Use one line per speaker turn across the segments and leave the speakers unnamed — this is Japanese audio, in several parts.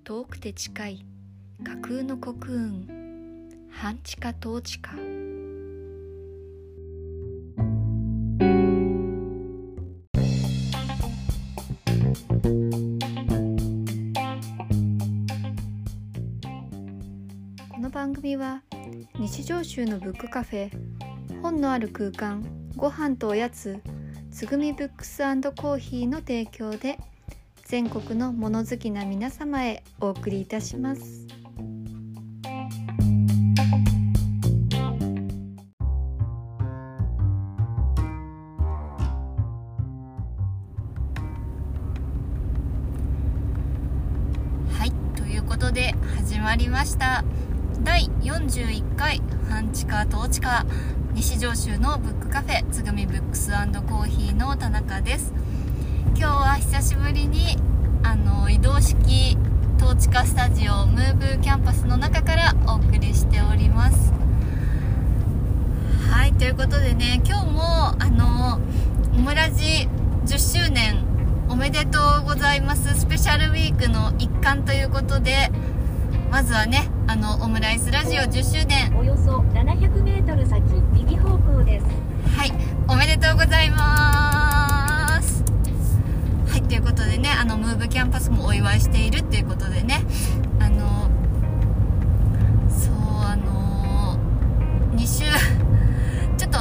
遠くて近い架空の国運、半地下統治下。この番組は日常集のブックカフェ、本のある空間、ご飯とおやつ、つぐみブックス&コーヒーの提供で全国の物好きな皆様へお送りいたします。
はい、ということで始まりました第41回半地下統治下、西上州のブックカフェつぐみブックス&コーヒーの田中です。今日は久しぶりに移動式統治下スタジオムーブキャンパスの中からお送りしております。はい、ということでね、今日もオムラジ10周年おめでとうございますスペシャルウィークの一環ということで、まずはねオムライスラジオ10周年、
およそ700メートル先右方向です。
はい、おめでとうございます。はい、ということでね、ムーブキャンパスもお祝いしているということでね、2週ちょっと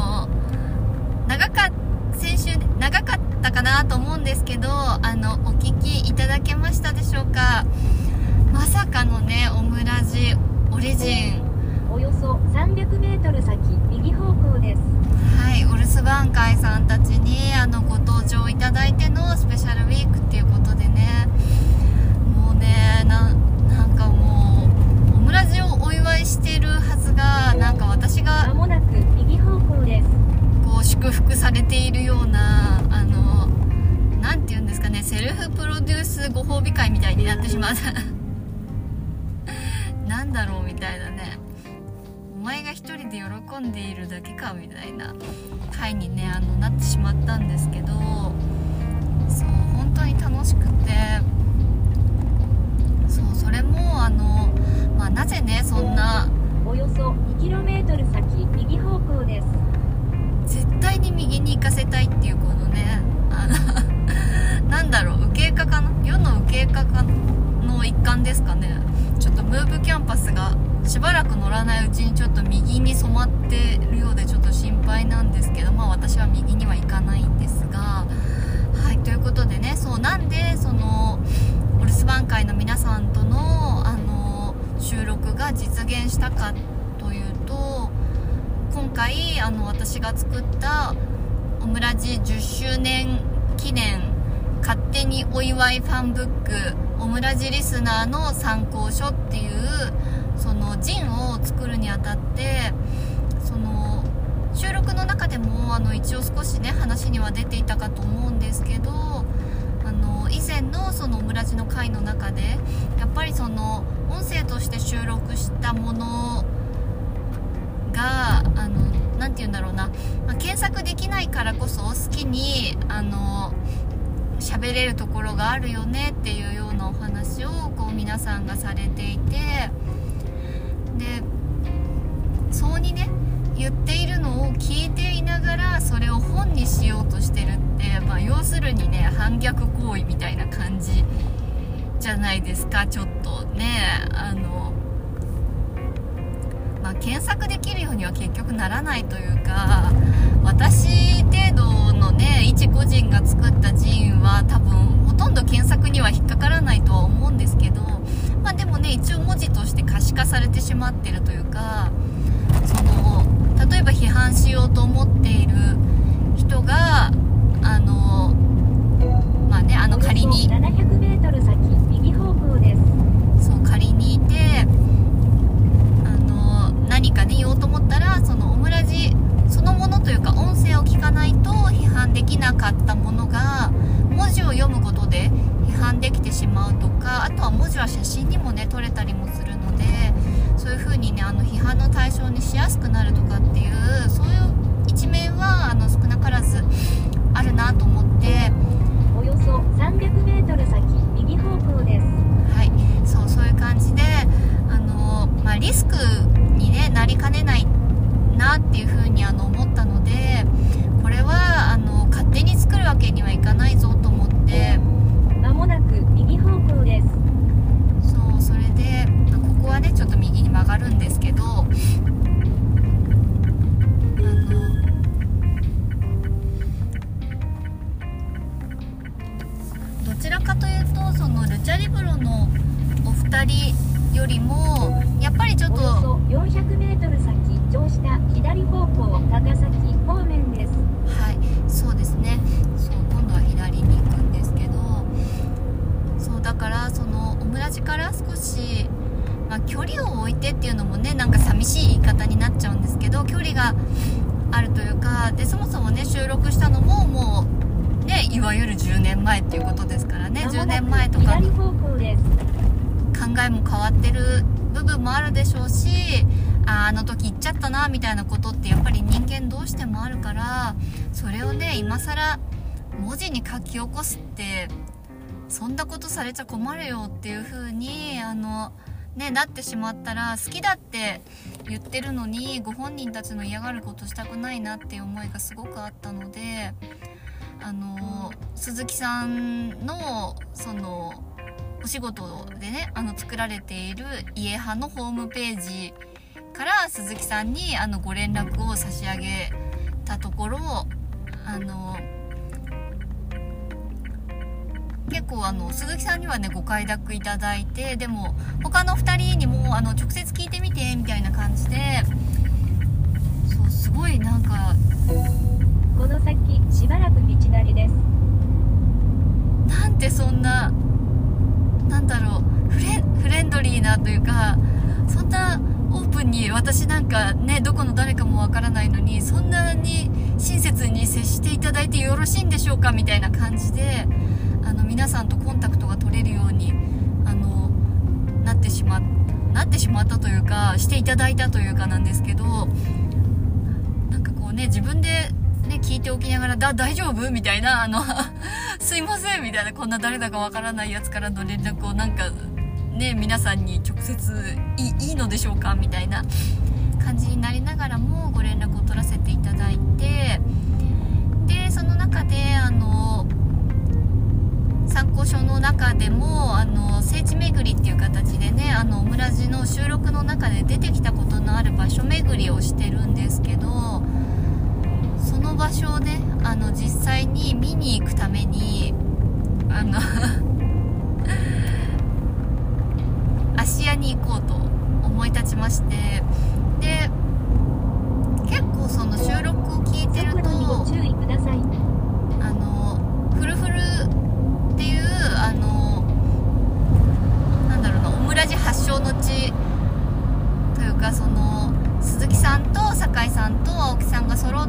先週長かったかなと思うんですけど、お聞きいただけましたでしょうか。まさかのね、オムラジオリジン
およそ300メートル先右方向です。
はい、お留守番会さんたちにご登場いただいてのスペシャルウィークっていうことでね、もうねなんかもうオムラジをお祝いしてるはずが、なんか私が
間もなく右方向です。
こう祝福されているようななんていうんですかね、セルフプロデュースご褒美会みたいになってしまうなんだろうみたいなね、お前が一人で喜んでいるだけかみたいな回にねなってしまったんですけど、そう本当に楽しくて、それもなぜねそんな
およそ 2km 先右方向です。
絶対に右に行かせたいっていうこのねなんだろう、右傾化かな、世の右傾化の一環ですかね。ちょっとムーブキャンパスがしばらく乗らないうちにちょっと右に染まってるようでちょっと心配なんですけど、私は右には行かないんですが、はい、ということでね、なんでお留守番会の皆さんとの収録が実現したかというと、今回私が作ったオムラジ10周年記念勝手にお祝いファンブックオムラジリスナーの参考書っていうジンを作るにあたって、収録の中でも一応少しね話には出ていたかと思うんですけど、以前のオムラジの回の中でやっぱり音声として収録したものがなんていうんだろうな、検索できないからこそ好きに喋れるところがあるよねっていうようなお話を皆さんがされていて、でそうにね言っているのを聞いていながらそれを本にしようとしてるって、要するにね反逆行為みたいな感じじゃないですか。ちょっとね検索できるようには結局ならないというか、私程度のね一個人が作ったジンは多分ほとんど検索には引っかからないとは思うんですけど、でもね一応文字として可視化されてしまってるというか、例えば批判しようと思っている人が仮に
700メートル先右方向です。
そう仮にいて何かね言おうと思ったらオムラジそのものというか音声を聞かないと批判できなかったものが文字を読むことで批判できてしまうとか、あとは文字は写真にもね撮れたりもするので、そういう風にね批判の対象にしやすくなるとかっていう、そういう一面は少なからずあるなと思って、
およそ300メートル先右方向です。
はい、 チャリブロのお二人よりもやっぱりちょっと
およそ400メートル先上下左方向高崎方面です。
はい、そうですね。そう、今度は左に行くんですけど、そうだからそのオムラジから少し、距離を置いてっていうのもね、なんか寂しい言い方になっちゃうんですけど、距離があるというかで、そもそもね収録したのももうね、いわゆる10年前っていうことですからね、10年前とか
左方向です。
考えも変わってる部分もあるでしょうし、あの時言っちゃったなみたいなことってやっぱり人間どうしてもあるから、それをね今更文字に書き起こすってそんなことされちゃ困るよっていう風になってしまったら、好きだって言ってるのにご本人たちの嫌がることしたくないなっていう思いがすごくあったので、鈴木さんのそのお仕事でね作られている家派のホームページから鈴木さんにご連絡を差し上げたところ、結構鈴木さんにはねご快諾いただいて、でも他の2人にも直接聞いてみてみたいな感じで、そうすごいなんか
この先しばらく道なりです。
なんてそんななんだろうフレンドリーなというか、そんなオープンに私なんかねどこの誰かもわからないのにそんなに親切に接していただいてよろしいんでしょうかみたいな感じで皆さんとコンタクトが取れるようになってしまったというか、していただいたというかなんですけど、なんかこうね自分でね聞いておきながら大丈夫みたいなすいませんみたいな、こんな誰だかわからないやつからの連絡をなんかね皆さんに直接いいのでしょうかみたいな感じになりながらもご連絡を取らせていただいて、でその中で参考書の中でも聖地巡りっていう形でねオムラジの収録の中で出てきたことのある場所巡りをしてるんですけど、その場所をね実際に見に行くために芦屋に行こうと思い立ちまして、で結構その収録を聞いてると
ご注意ください。
フルフルっていうなんだろうな、オムラジ発祥の地というか、その鈴木さんと酒井さんと青木さんが揃って、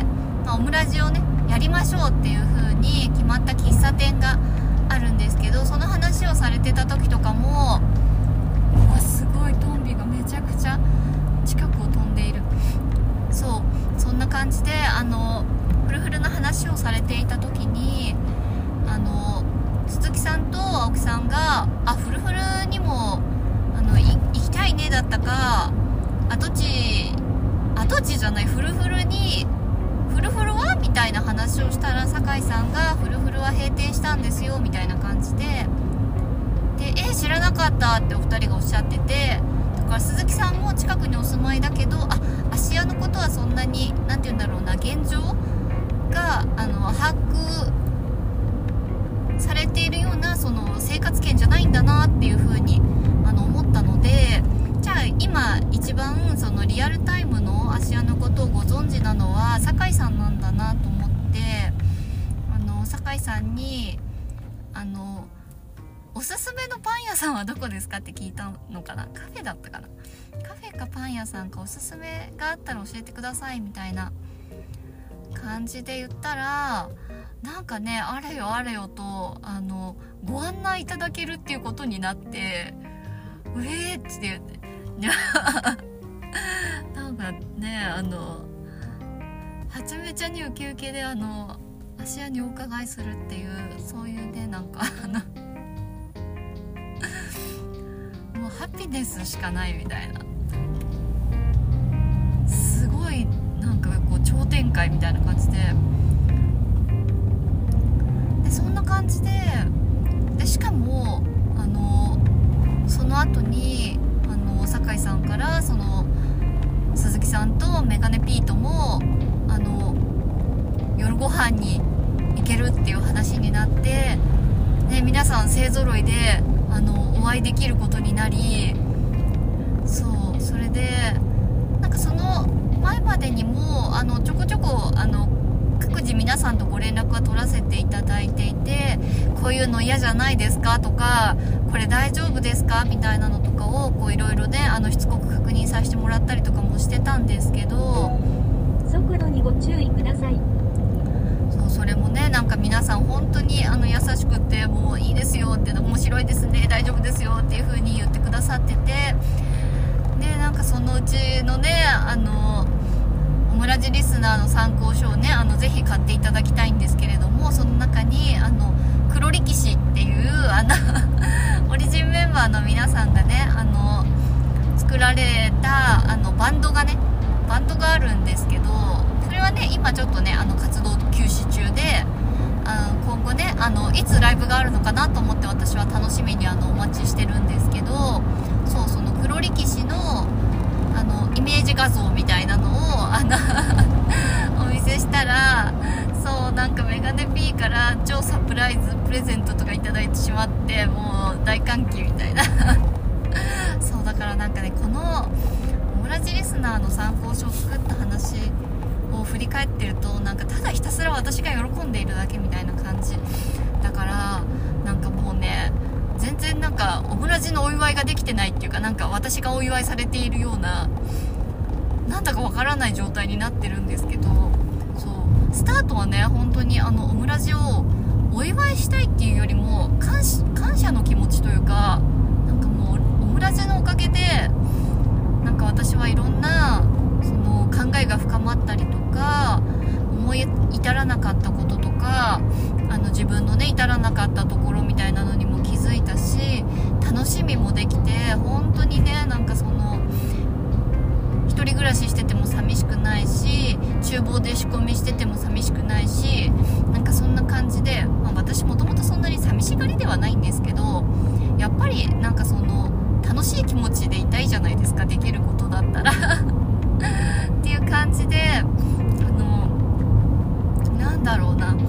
オムラジをねやりましょうっていう風に決まった喫茶店があるんですけど、その話をされてた時とかもすごいトンビがめちゃくちゃ近くを飛んでいる。そんな感じでフルフルの話をされていた時に鈴木さんと青木さんがフルフルにも行きたいねだったか、跡地じゃない、フルフルはみたいな話をしたら、酒井さんがフルフルは閉店したんですよみたいな感じで知らなかったってお二人がおっしゃってて、だから鈴木さんも近くにお住まいだけど芦屋のことはそんなになんて言うんだろうな、現状が把握されているようなその生活圏じゃないんだなっていう風に思ったので、じゃあ今一番そのリアルタイムの芦屋のことをご存知なのは酒井さんなんだなと思って、酒井さんにおすすめのパン屋さんはどこですかって聞いたのかな、カフェだったかな、カフェかパン屋さんかおすすめがあったら教えてくださいみたいな感じで言ったら、なんかねあれよあれよとご案内いただけるっていうことになって、って言ってなんかねはちゃめちゃにウキウキで芦屋にお伺いするっていう、そういうねなんかもうハピネスしかないみたいな、すごいなんかこう超展開みたいな感じでそんな感じでしかもその後に酒井さんからその鈴木さんとメガネピートも夜ご飯に行けるっていう話になって、 ね、皆さん勢ぞろいでお会いできることになり、それでなんかその前までにもちょこちょこ各自皆さんとご連絡は取らせていただいていて、こういうの嫌じゃないですかとか、これ大丈夫ですかみたいなのとかをこういろいろねしつこく確認させてもらったりとかもしてたんですけど、
速度にご注意ください。
それもね、なんか皆さん本当に優しくて、もういいですよって、面白いですね、大丈夫ですよっていう風に言ってくださってて、でなんかそのうちのねオムラジリスナーの参考書をねぜひ買っていただきたいんですけれども、その中に黒力士っていうオリジンメンバーの皆さんがね作られたバンドがあるんですけど、それはね今ちょっとね活動休止中で、今後ねいつライブがあるのかなと思って私は楽しみにお待ちしてるんですけど、その黒力士のイメージ画像みたいなのをお見せしたら、なんかメガネ P から超サプライズプレゼントとかいただいてしまって、もう大歓喜みたいなだからなんかね、このオムラジリスナーの参考書を作った話を振り返ってると、なんかただひたすら私が喜んでいるだけみたいな感じだから、なんかもうね全然なんかオムラジのお祝いができてないっていうか、なんか私がお祝いされているような、なんだかわからない状態になってるんですけど、スタートはね本当にオムラジをお祝いしたいっていうよりも感謝の気持ちというか、なんかもうオムラジのおかげでなんか私はいろんなその考えが深まったりとか、思い至らなかったこととか自分のね至らなかったところみたいなのにも気づいたし、楽しみもできて、本当にねなんか一人暮らししてても寂しくないし、厨房で仕込みしてても寂しくないし、なんかそんな感じで、私もともとそんなに寂しがりではないんですけど、やっぱりなんか楽しい気持ちでいたいじゃないですか、できることだったらっていう感じでなんだろうな、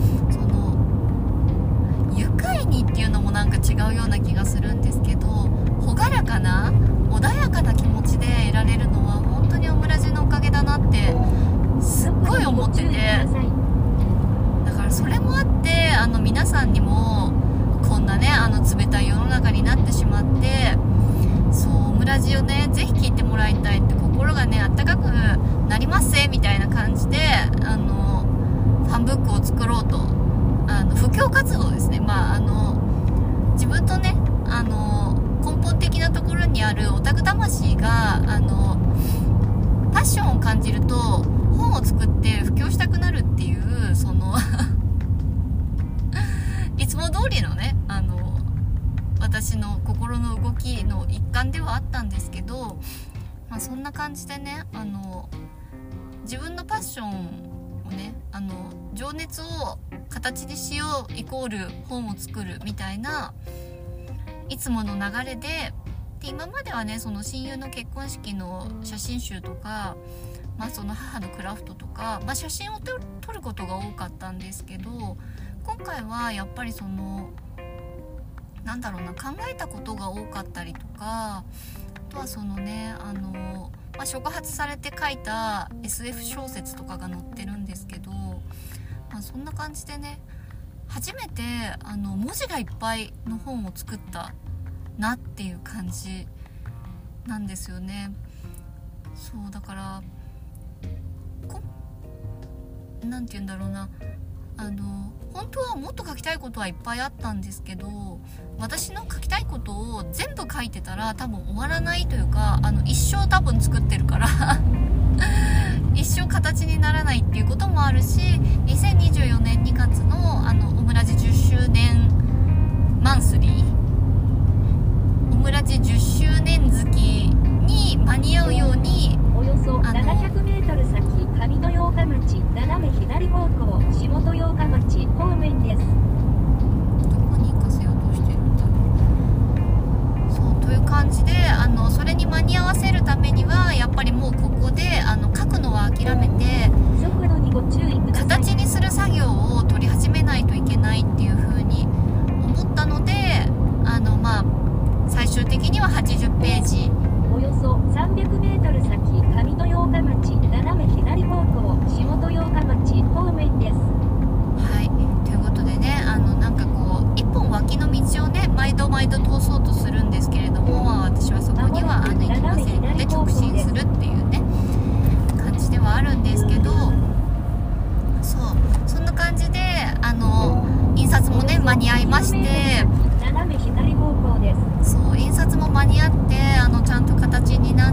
愉快にっていうのもなんか違うような気がするんですけど、朗らかな穏やかな気持ちでいられるのは本当にオムラジのおかげだなってすっごい思ってて、だからそれもあって皆さんにもこんなね冷たい世の中になってしまって、オムラジをねぜひ聞いてもらいたいって、心がねあったかくなりますぜみたいな感じでファンブックを作ろうと、布教活動ですね。自分とね根本的なところにあるオタク魂がパッションを感じると本を作って布教したくなるっていういつも通りのね私の心の動きの一環ではあったんですけど、そんな感じでね自分のパッションをね情熱を形にしようイコール本を作るみたいないつもの流れで今まではねその親友の結婚式の写真集とか、その母のクラフトとか、写真を撮ることが多かったんですけど、今回はやっぱりなんだろうな、考えたことが多かったりとか、あとは触発されて書いた SF 小説とかが載ってるんですけど、そんな感じでね初めて文字がいっぱいの本を作ったなっていう感じなんですよね。だからなんて言うんだろうな、本当はもっと書きたいことはいっぱいあったんですけど、私の書きたいことを全部書いてたら多分終わらないというか、一生多分作ってるから一生形にならないっていうこともあるし、2024年2月のオムラジ10周年マンスリー、オムラジ10周年月に間に合うように
およそ700メートル先上豊岡町斜め左方向下豊岡町方面です。
どこに行かせようとしてるんだろう。という感じでそれに間に合わせるためにはやっぱりもうここで書くのは諦めて
速度にご注意ください。
形にする作業を取り始めないといけないっていう風に思ったの
300メートル先、上豊岡町、斜め左方向、下豊岡町方面です。
はい、ということでね、なんかこう一本脇の道をね毎度通そうとするんですけれども、私はそこには行きませんので直進するっていうね感じではあるんですけど、そんな感じで印刷もね間に合いまして、
斜め左方向です。
そう印刷も間に合ってちゃんと形になって、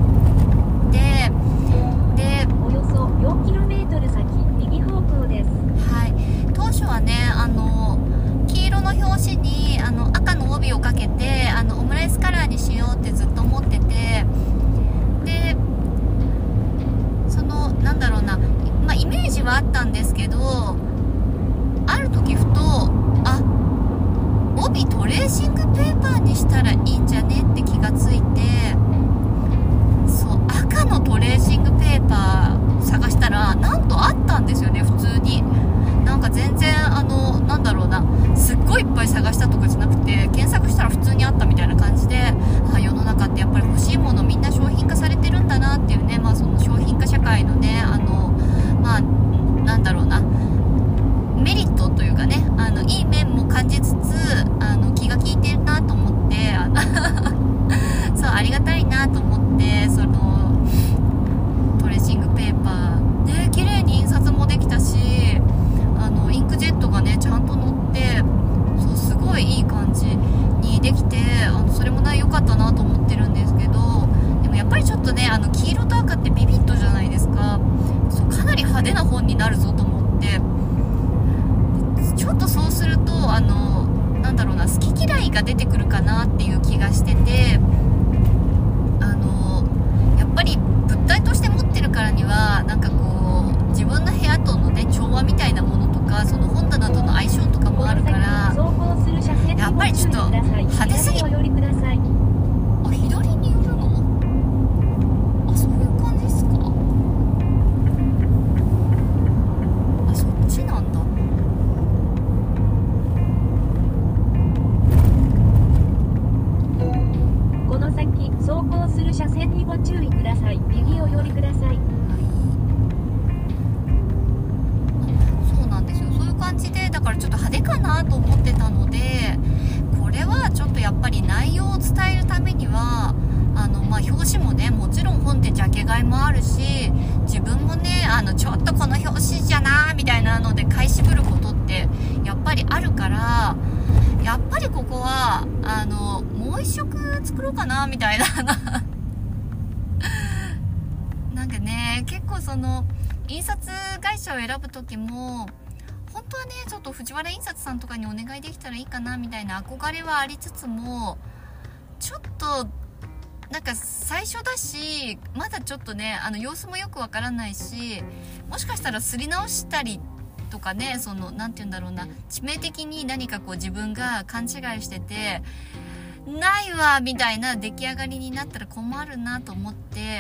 で
およそ 4km 先、右方向です。
はい、当初はね黄色の表紙に赤の帯をかけてオムライスカラーにしようってずっと思ってて、でなんだろうな、イメージはあったんですけど、ある時ふと帯トレーシングペーパーにしたらいいんじゃねって気がついて、そう赤のトレーシングペーパー探したらなんとあったんですよね。普通になんか全然なんだろうな、すっごいいっぱい探したとかじゃなくて検索したら普通にあったみたいな感じで、世の中ってやっぱり欲しいものみんな商品化されてるんだなっていうね、その商品化社会のねなんだろうな、メリットというかね、いい面も感じつつ気が利いてるなと思ってそうありがたいなと思って、そのトレーシングペーパーね綺麗に印刷もできたし、インクジェットがねちゃんと乗って、そうすごいいい感じにできて、それもね良かったなと思ってるんですけど、でもやっぱりちょっとね黄色と赤ってビビッドじゃないですか。そうかなり派手な本になるぞと思って、ちょっとそうするとなんだろうな、好き嫌いが出てくるかなっていう気がしてて、やっぱり物体として持ってるからにはなんかこう自分の部屋とのね調和みたいなものとか、その本棚との相性とかもあるから、やっぱりちょっと派手すぎ、左に寄るの？そういう感じですか？そっちなんだ。
この先走行する車線にご注意ください。右を寄りください。
そうなんですよ。そういう感じで、だからちょっと派手かなと思ってたので、これはちょっとやっぱり内容を伝えるためには表紙もね、もちろん本ってジャケ買いもあるし、自分もねちょっとこの表紙じゃなみたいなので買い渋ることってやっぱりあるから、やっぱりここはもう一色作ろうかなみたいななんかね、結構その印刷会社を選ぶ時も本当はねちょっと藤原印刷さんとかにお願いできたらいいかなみたいな憧れはありつつも、ちょっとなんか最初だしまだちょっとね様子もよくわからないし、もしかしたらすり直したりとかね、そのなんて言うんだろうな、致命的に何かこう自分が勘違いしててないわみたいな出来上がりになったら困るなと思って、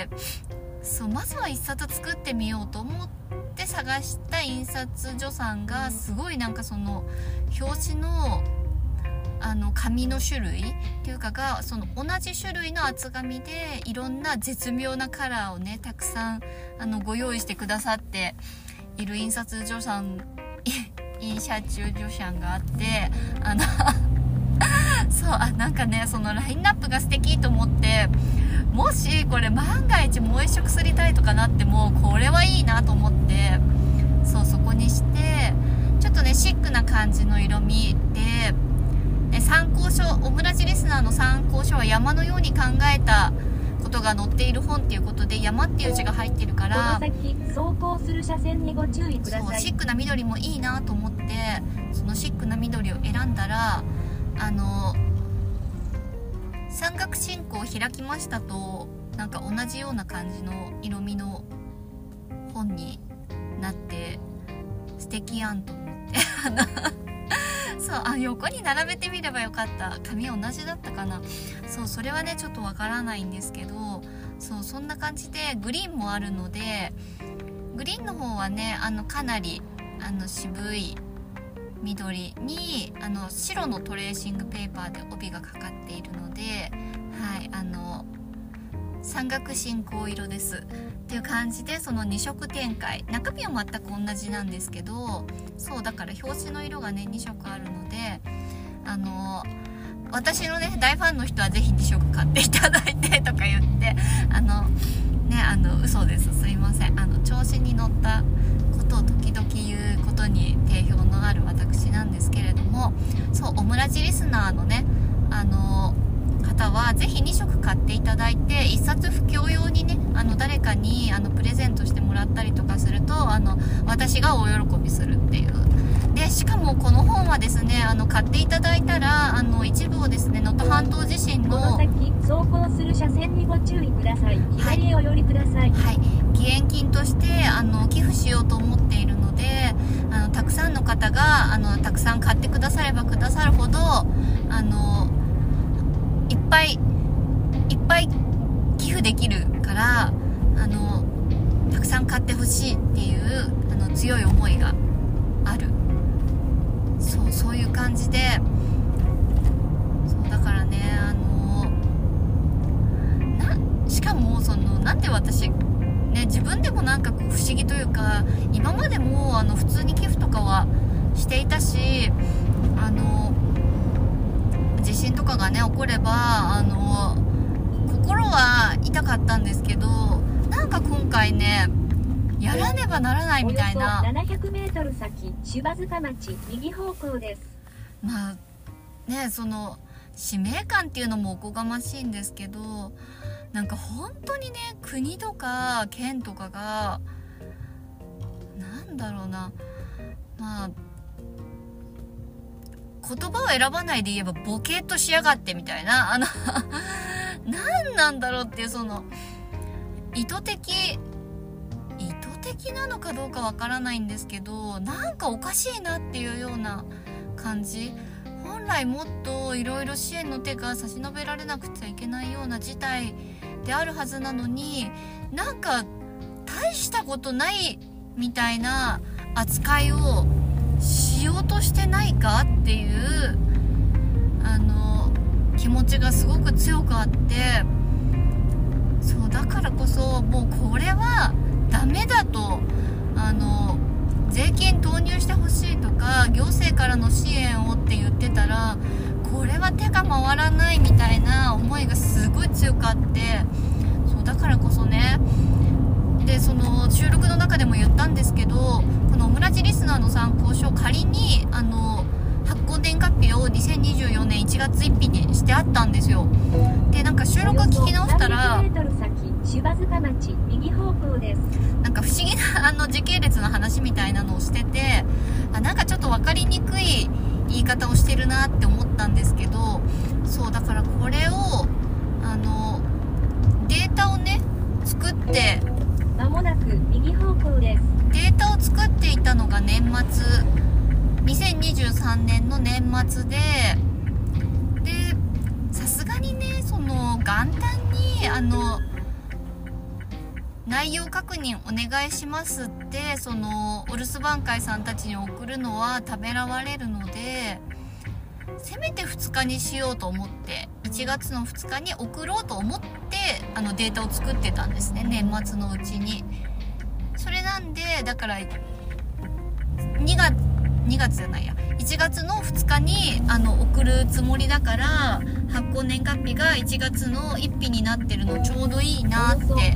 そうまずは一冊作ってみようと思って探した印刷所さんが、すごいなんかその表紙の紙の種類っていうかが、その同じ種類の厚紙でいろんな絶妙なカラーをねたくさんご用意してくださっている印刷所さん印刷所さんがあって、そうなんかねそのラインナップが素敵と思って、もしこれ万が一もう一色すりたいとかなってもこれはいいなと思って、そこにしてちょっとねシックな感じの色味で、参考書、オムラジリスナーの参考書は山のように考えたことが載っている本っていうことで、山っていう字が入ってるから、
この先走行する車線にご注意ください。
シックな緑もいいなと思って、そのシックな緑を選んだら山岳信仰を開きましたとなんか同じような感じの色味の本になって素敵やんと思ってそう横に並べてみればよかった。紙同じだったかな。それはねちょっとわからないんですけど、そんな感じでグリーンもあるので、グリーンの方はねかなり渋い緑に白のトレーシングペーパーで帯がかかっているので、はい山岳信仰色ですっていう感じで、その2色展開、中身は全く同じなんですけど、そうだから表紙の色がね2色あるので、私のね大ファンの人はぜひ2色買っていただいてとか言って嘘です、すいません。調子に乗ったことを時々言うことに定評のある私なんですけれども、そう、オムラジリスナーのね方はぜひ2色買っていただいて、1冊布教用にね誰かにプレゼントしてもらったりとかすると私が大喜びするっていう。でしかもこの本はですね買っていただいたら一部をですね能登半島地震の
この先走行する車線にご注意ください。左へお寄りください。
はい、義援金として寄付しようと思っているので、たくさんの方がたくさん買ってくださればくださるほどいっぱい寄付できるからたくさん買ってほしいっていう強い思いがある。そういう感じで、そうだからねしかもなんで私ね自分でもなんかこう不思議というか、今までも普通に寄付とかはしていたし、地震とかがね起これば心は痛かったんですけど、なんか今回ねやらねばならないみたいな。
およそ700メートル先、柴塚町右方向です。
まあね、その使命感っていうのもおこがましいんですけど、なんか本当にね国とか県とかがなんだろうな、まあ言葉を選ばないで言えばボケっとしやがってみたいな何なんだろうっていう、その意図的なのかどうかわからないんですけど、なんかおかしいなっていうような感じ。本来もっといろいろ支援の手が差し伸べられなくちゃいけないような事態であるはずなのに、なんか大したことないみたいな扱いをしようとしてないかっていう気持ちがすごく強くあって、そうだからこそもうこれはダメだと、税金投入してほしいとか行政からの支援をって言ってたら、これは手が回らないみたいな思いがすごい強くあって、そうだからこそね、でその収録の中でも言ったんですけど、このオムラジリスナーの参考書、仮に発行年月日を2024年1月1日にしてあったんですよ。でなんか収録を聞き直したら、
柴塚町右方向です。
なんか不思議な時系列の話みたいなのをしてて、なんかちょっと分かりにくい言い方をしてるなって思ったんですけど、そうだからこれをデータをね作って、
まもなく右方向です。
データを作っていたのが年末2023年の年末でさすがにねその元旦に内容確認お願いしますってそのお留守番会さんたちに送るのはためらわれるので、せめて2日にしようと思って、1月の2日に送ろうと思ってデータを作ってたんですね、年末のうちに。それなんでだから1月の2日に送るつもりだから、発行年月日が1月の1日になってるのちょうどいいなって思って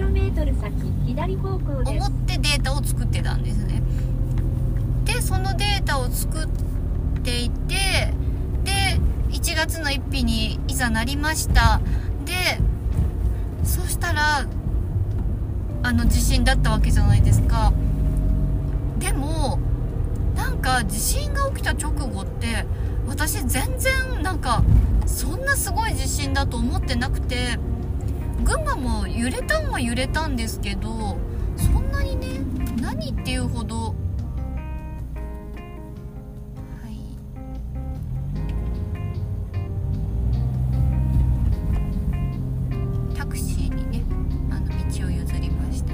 データを作ってたんですね。でそのデータを作っていて、で1月の1日にいざなりました。でそしたら地震だったわけじゃないですか。でもなんか地震が起きた直後って私全然なんかそんなすごい地震だと思ってなくて、群馬も揺れたんは揺れたんですけど、そんなにね何っていうほど、はい、タクシーにね道を譲りました。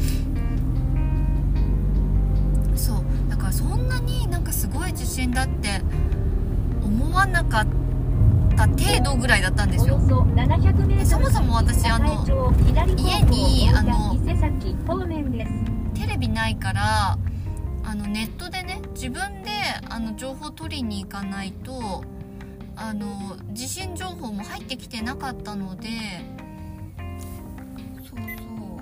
そうだからそんなになんかすごい地震だって思わなかった程度ぐらいだったんですよ。
そ
もそも私家にテレビないからネットでね自分で情報取りに行かないと地震情報も入ってきてなかったので、そこね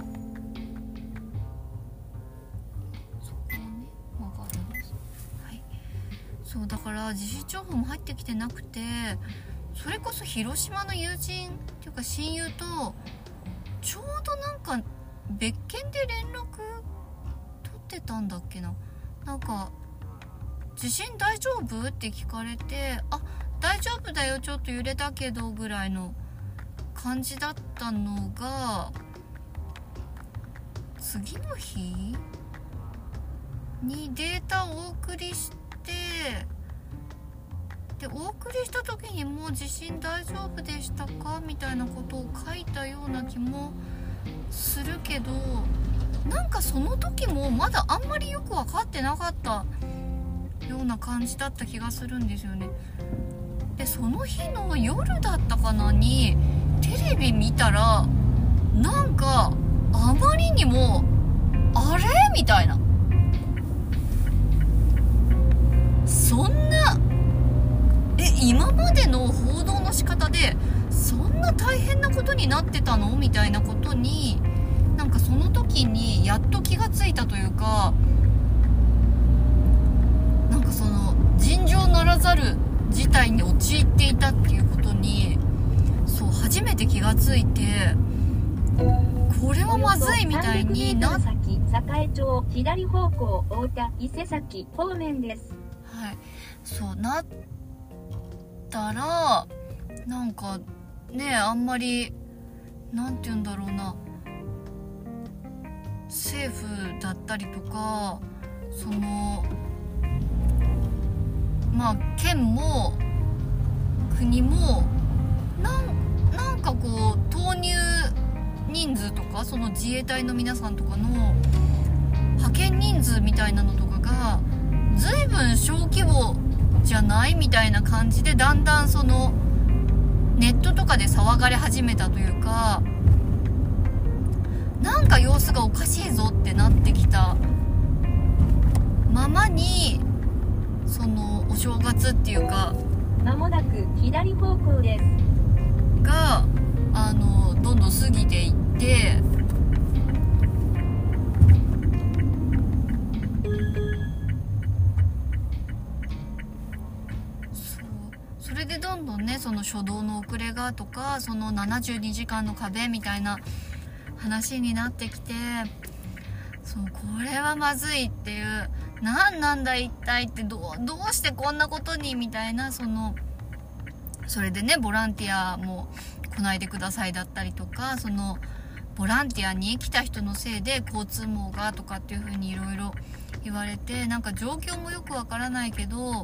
わかるんです。はい、そうだから地震情報も入ってきてなくて、それこそ広島の友人っていうか親友とちょうどなんか別件で連絡取ってたんだっけな。なんか地震大丈夫って聞かれて、あ、大丈夫だよちょっと揺れたけどぐらいの感じだったのが、次の日にデータをお送りして、でお送りした時にもう地震大丈夫でしたかみたいなことを書いたような気もするけど、なんかその時もまだあんまりよく分かってなかったような感じだった気がするんですよね。でその日の夜だったかなにテレビ見たら、なんかあまりにもあれみたいな、そんな今までの報道の仕方でそんな大変なことになってたのみたいなことに、なんかその時にやっと気がついたというか、なんかその尋常ならざる事態に陥っていたっていうことに、そう初めて気がついて、これはまずいみたいになっ
栄町左方向太田伊勢崎方面です。
はい、そうなったらなんかね、あんまりなんて言うんだろうな、政府だったりとかそのまあ県も国もなんかこう投入人数とかその自衛隊の皆さんとかの派遣人数みたいなのとかが随分小規模じゃないみたいな感じで、だんだんそのネットとかで騒がれ始めたというか、なんか様子がおかしいぞってなってきたままに、そのお正月っていうか
間もなく左方向です
がどんどん過ぎていって、それでどんどんね、その初動の遅れがとか、その72時間の壁みたいな話になってきて、そうこれはまずいっていう、何なんだ一体って、どうしてこんなことにみたいな、それでねボランティアも来ないでくださいだったりとか、そのボランティアに来た人のせいで交通網がとかっていう風にいろいろ言われて、なんか状況もよくわからないけど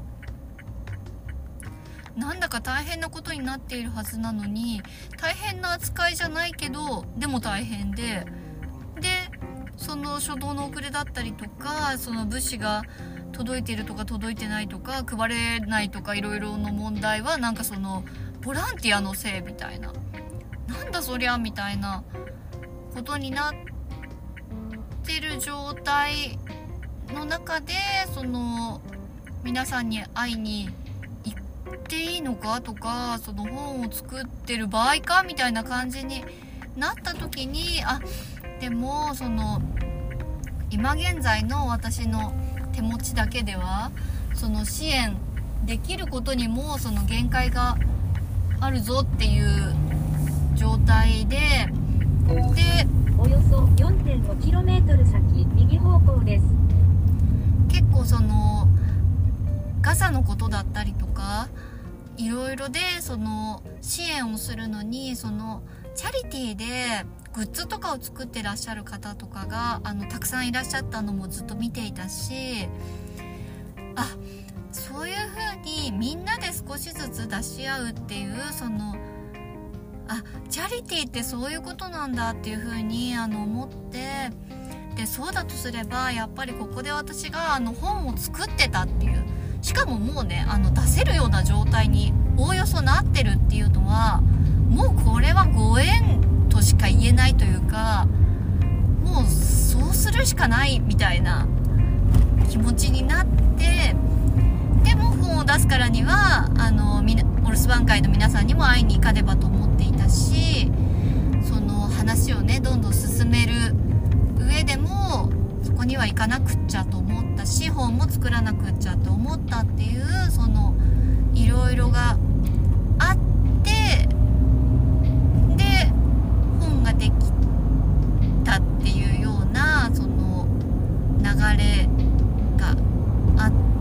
なんだか大変なことになっているはずなのに、大変な扱いじゃないけどでも大変で、その初動の遅れだったりとか、その物資が届いてるとか届いてないとか配れないとかいろいろの問題はなんかそのボランティアのせいみたいな、なんだそりゃみたいなことになってる状態の中で、その皆さんに会いに行っていいのかとか、その本を作ってる場合かみたいな感じになった時に、でもその今現在の私の手持ちだけではその支援できることにもその限界があるぞっていう状態で、
およそ 4.5km 先右方向です。
結構そのガザのことだったりとかいろいろで、その支援をするのにそのチャリティーでグッズとかを作ってらっしゃる方とかがたくさんいらっしゃったのもずっと見ていたし、そういう風にみんなで少しずつ出し合うっていう、そのチャリティーってそういうことなんだっていう風に思って、でそうだとすればやっぱりここで私が本を作ってたっていう、しかかももうね出せるような状態におおよそなってるっていうのは、もうこれはご縁としか言えないというか、もうそうするしかないみたいな気持ちになって、でも本を出すからにはお留守番会の皆さんにも会いに行かねばと思っていたし、その話をねどんどん進める上でもそこには行かなくっちゃと思ったし、本も作らなくっちゃと思ったっていう、そのいろいろがあって、で本ができたっていうようなその流れがあって、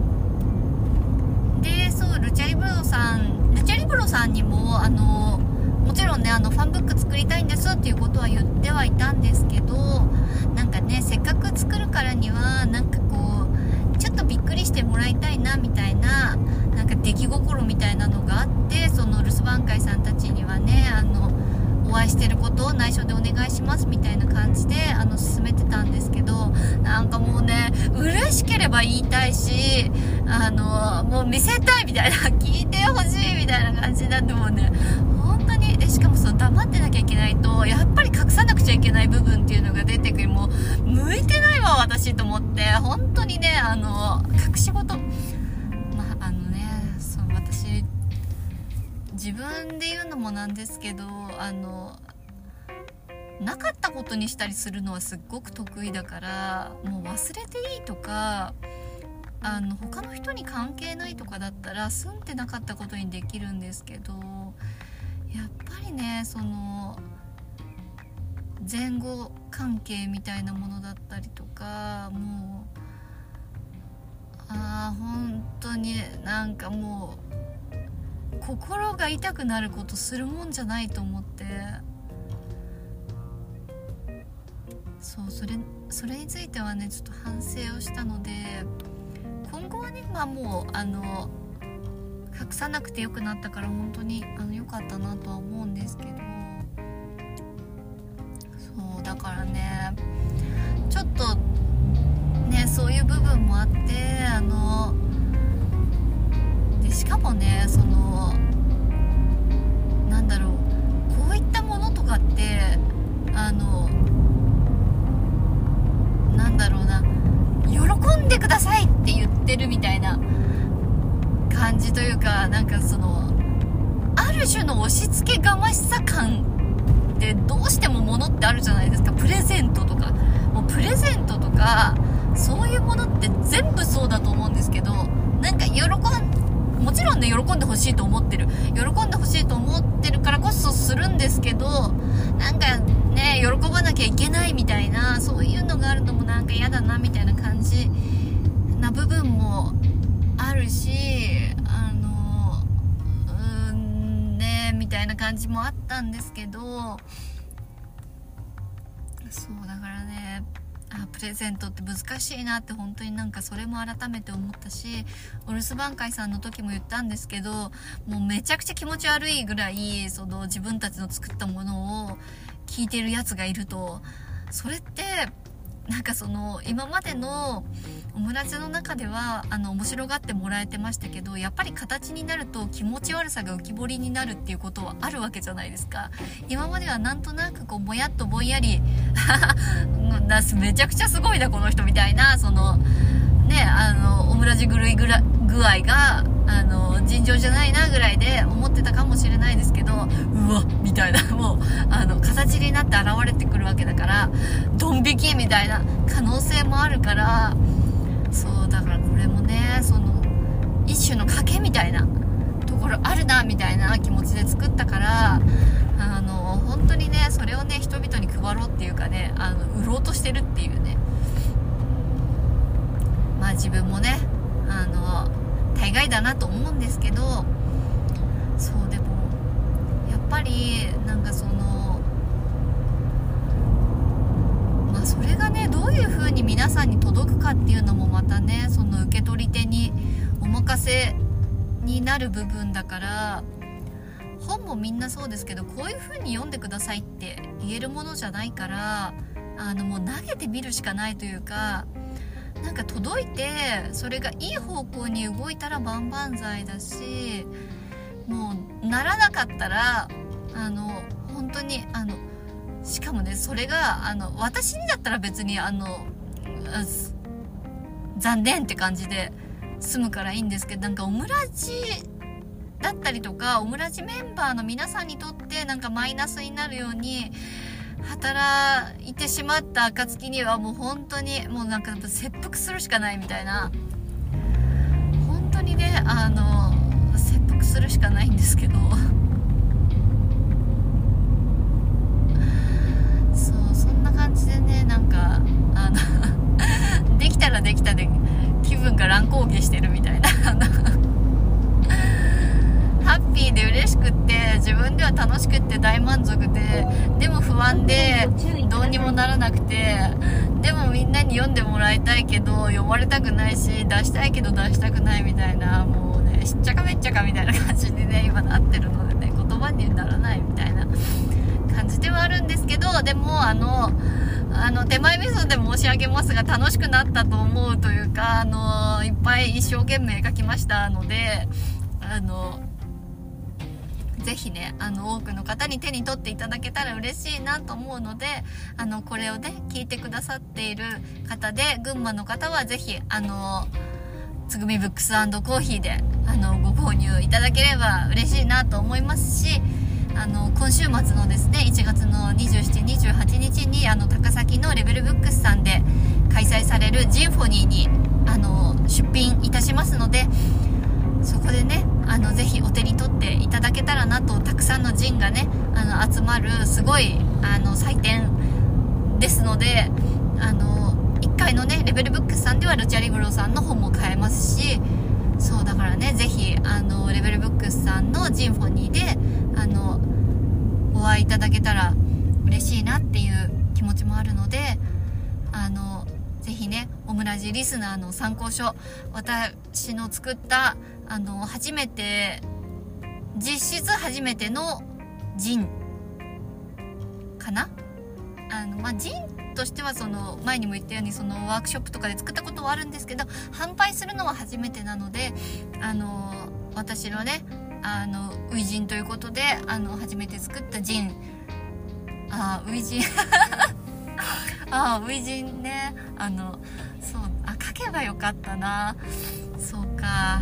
でそうルチャリブロさんにももちろんねファンブック作りたいんですっていうことは言ってはいたんですけど、なんかねせっかく作るからにはなんかこうちょっとびっくりしてもらいたいなみたいな、なんか出来心みたいなのがあって、その留守番会さんたちにはねお会いしてることを内緒でお願いしますみたいな感じで進めてたんですけど、なんかもうね嬉しければ言いたいしもう見せたいみたいな、聞いてほしいみたいな感じになって、もうね本当にしかもその黙ってなきゃいけないとやっぱり隠さなくちゃいけない部分っていうのが出てくる、もう向いてないわ私と思って、本当にね隠し事そう私自分で言うのもなんですけどなかったことにしたりするのはすっごく得意だから、もう忘れていいとか他の人に関係ないとかだったらすんってなかったことにできるんですけど、やっぱりねその前後関係みたいなものだったりとか、もう本当になんかもう心が痛くなることするもんじゃないと思って、そうそれについてはねちょっと反省をしたので、今後はねもう隠さなくてよくなったから本当に良かったなとは思うんですけど、そうだからねちょっとねそういう部分もあって、でしかもねそのなんだろう、こういったものとかってなんだろうな、喜んでくださいって言ってるみたいな感じというか、なんかそのある種の押し付けがましさ感ってどうしてもものってあるじゃないですか。プレゼントとかそういうものって全部そうだと思うんですけど、なんかもちろんね喜んでほしいと思ってるからこそするんですけど、なんかね喜ばなきゃいけないみたいな、そういうのがあるのもなんか嫌だなみたいな感じな部分もあるし、みたいな感じもあったんですけど、そうだからねプレゼントって難しいなって本当になんかそれも改めて思ったし、お留守番会さんの時も言ったんですけど、もうめちゃくちゃ気持ち悪いぐらいその自分たちの作ったものを聞いてるやつがいると、それってなんかその今までのオムラジの中では面白がってもらえてましたけど、やっぱり形になると気持ち悪さが浮き彫りになるっていうことはあるわけじゃないですか。今まではなんとなくこうもやっとぼんやりめちゃくちゃすごいなこの人みたいな、そのねオムラジ狂い具合が尋常じゃないなぐらいで思ってたかもしれないですけど、うわみたいな、もう形になって現れてくるわけだから、ドン引きみたいな可能性もあるから、そうだからこれもねその一種の賭けみたいなところあるなみたいな気持ちで作ったから、本当にねそれをね人々に配ろうっていうかね売ろうとしてるっていうね、まあ自分もね大概だなと思うんですけど、そうでもやっぱりなんかそのそれがねどういう風に皆さんに届くかっていうのもまたねその受け取り手にお任せになる部分だから、本もみんなそうですけどこういう風に読んでくださいって言えるものじゃないからもう投げてみるしかないというか、 なんか届いてそれがいい方向に動いたら万々歳だし、もうならなかったら本当にしかもね、それが私にだったら別に残念って感じで済むからいいんですけど、なんかオムラジだったりとかオムラジメンバーの皆さんにとってなんかマイナスになるように働いてしまった暁にはもう本当にもうなんか切腹するしかないみたいな、本当にね切腹するしかないんですけどそんな感じでね、なんかできたらできたで気分が乱高下してるみたいなハッピーで嬉しくって自分では楽しくって大満足で、でも不安でどうにもならなくて、でもみんなに読んでもらいたいけど読まれたくないし、出したいけど出したくないみたいな、もうねしっちゃかめっちゃかみたいな感じにね今なってるのでね、言葉にならないみたいな感じではあるんですけど、でも手前味噌で申し上げますが楽しくなったと思うというか、いっぱい一生懸命書きましたので、ぜひね多くの方に手に取っていただけたら嬉しいなと思うので、これをね聞いてくださっている方で群馬の方はぜひつぐみブックス&コーヒーでご購入いただければ嬉しいなと思いますし、今週末のですね1月の27、28日に高崎のレベルブックスさんで開催されるジンフォニーに出品いたしますので、そこでねぜひお手に取っていただけたらなと、たくさんのジンがね集まるすごい祭典ですので、1階のねレベルブックスさんではルチャリブロさんの本も買えますし、そうだからねぜひレベルブックスさんのジンフォニーでお会いいただけたら嬉しいなっていう気持ちもあるので、ぜひねオムラジリスナーの参考書、私の作った実質初めてのジンかな、ジンとしては前にも言ったようにワークショップとかで作ったことはあるんですけど、販売するのは初めてなので私のねウイジンということで初めて作ったジン、ウイジンウイジンねそう書けばよかったな、そうか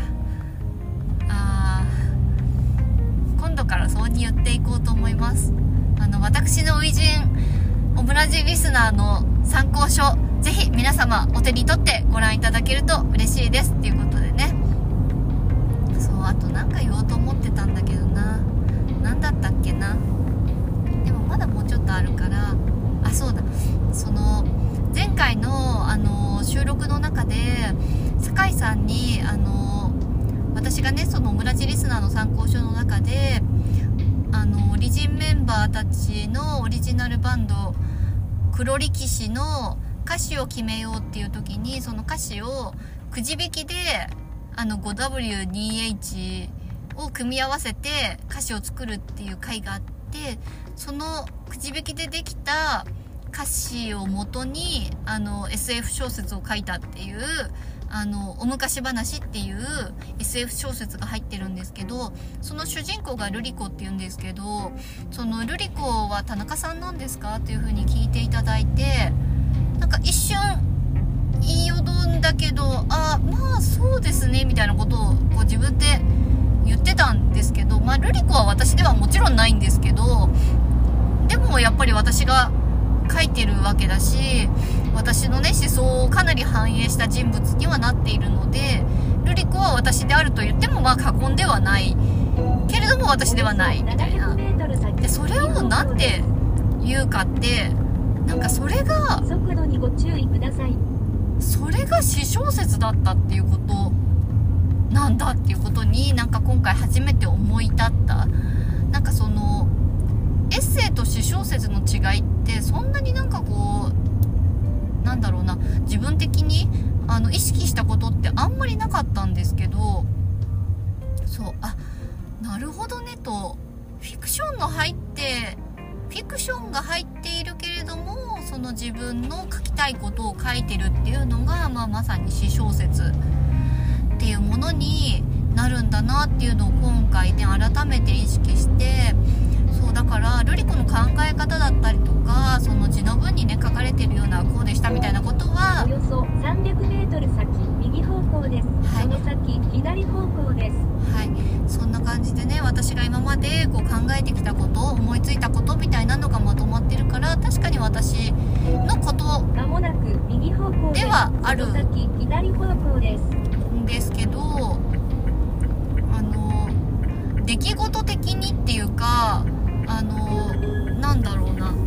今度からそうに言っていこうと思います。私のウイジンオムラジリスナーの参考書、ぜひ皆様お手に取ってご覧いただけると嬉しいですっていうことでね。そう、あとなんか言おうと思ってたんだけどな、なんだったっけな。でもまだもうちょっとあるから、そうだ、前回の収録の中で酒井さんに私がねオムラジリスナーの参考書の中でオリジンメンバーたちのオリジナルバンド黒力士の歌詞を決めようっていう時に、その歌詞をくじ引きで5W2H を組み合わせて歌詞を作るっていう回があって、そのくじ引きでできた歌詞を元にSF 小説を書いたっていうお昔話っていう SF 小説が入ってるんですけど、その主人公がルリコっていうんですけど、そのルリコは田中さんなんですかっていう風に聞いていただいて、なんか一瞬言いよどんだけど、まあそうですねみたいなことをこう自分で言ってたんですけど、ルリコは私ではもちろんないんですけど、でもやっぱり私が書いてるわけだし、私のね思想をかなり反映した人物にはなっているので、ルリコは私であると言っても過言ではないけれども私ではないみたいな。でそれをなんて言うかって、なんかそれが
速度にご注意ください。
それが私小説だったっていうことなんだっていうことに、なんか今回初めて思い至った。なんかエッセイと詩小説の違いってそんなになんかこうなんだろうな、自分的に意識したことってあんまりなかったんですけど、そうなるほどねと、フィクションが入っているけれども、その自分の書きたたいことを書いてるっていうのが、まさに詩小説っていうものになるんだなっていうのを今回ね改めて意識して、そうだからルリ子の考え方だったりとか、その字の文にね書かれてるようなこうでしたみたいなことは
およそ300メートル先右方向です、
はい、
その先左方向です。
はい、そんな感じでね、私が今までこう考えてきたこと、思いついたことみたいなのがまとまってるから、確かに私のこと
まもなく右方向です。
ではある
その先左方向です。
んですけど、出来事的にっていうか、なんだろうな、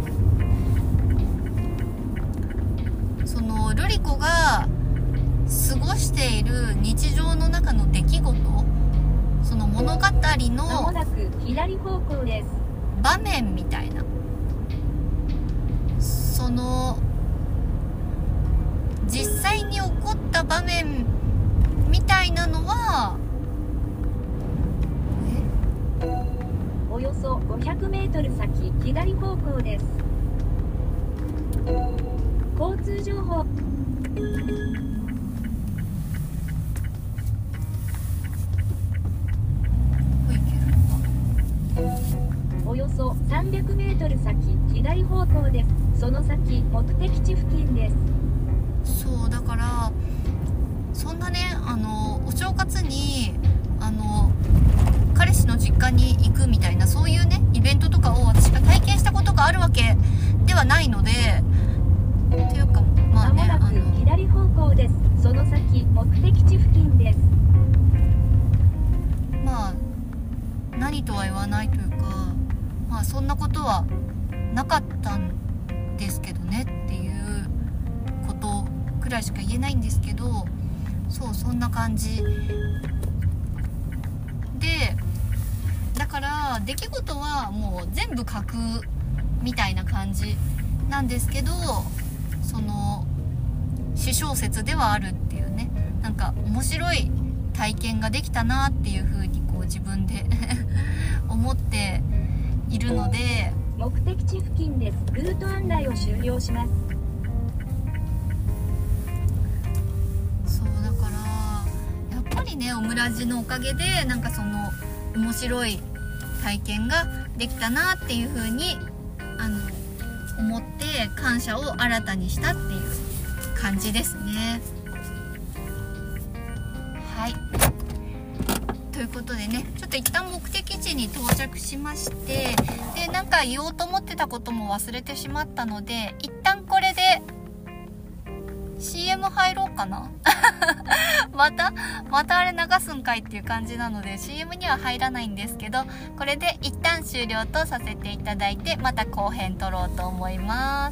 そのルリ子が過ごしている日常の中の出来事、その物語
ま
の
もなく左方向です。
場面みたいな、その実際に起こった場面みたいなのは
およそ500メートル先左方向です。交通情報。
これいけるのか。
およそ300メートル先左方向です。その先目的地付近です。
そうだからそんなね、お正月に彼氏の実家に行くみたいな、そういうねイベントとかを私が体験したことがあるわけではないので、っていうかまあね、
まもなく左方向です。その先目的地付近です。
まあ何とは言わないというか、まあそんなことはなかったんですけどねっていうことくらいしか言えないんですけど、そうそんな感じで、だから出来事はもう全部書くみたいな感じなんですけど、その詩小説ではあるっていうね、なんか面白い体験ができたなっていう風にこう自分で思っているので、
目的地付近です。ルート案内を終了します。
そうだからやっぱりねオムラジのおかげでなんかその面白い体験ができたなっていう風に思って感謝を新たにしたっていう感じですね。はい、ということでね、ちょっと一旦目的地に到着しまして、でなんか言おうと思ってたことも忘れてしまったので、一旦これで CM 入ろうかなまたあれ流すんかいっていう感じなので CM には入らないんですけど、これで一旦終了とさせていただいて、また後編撮ろうと思います。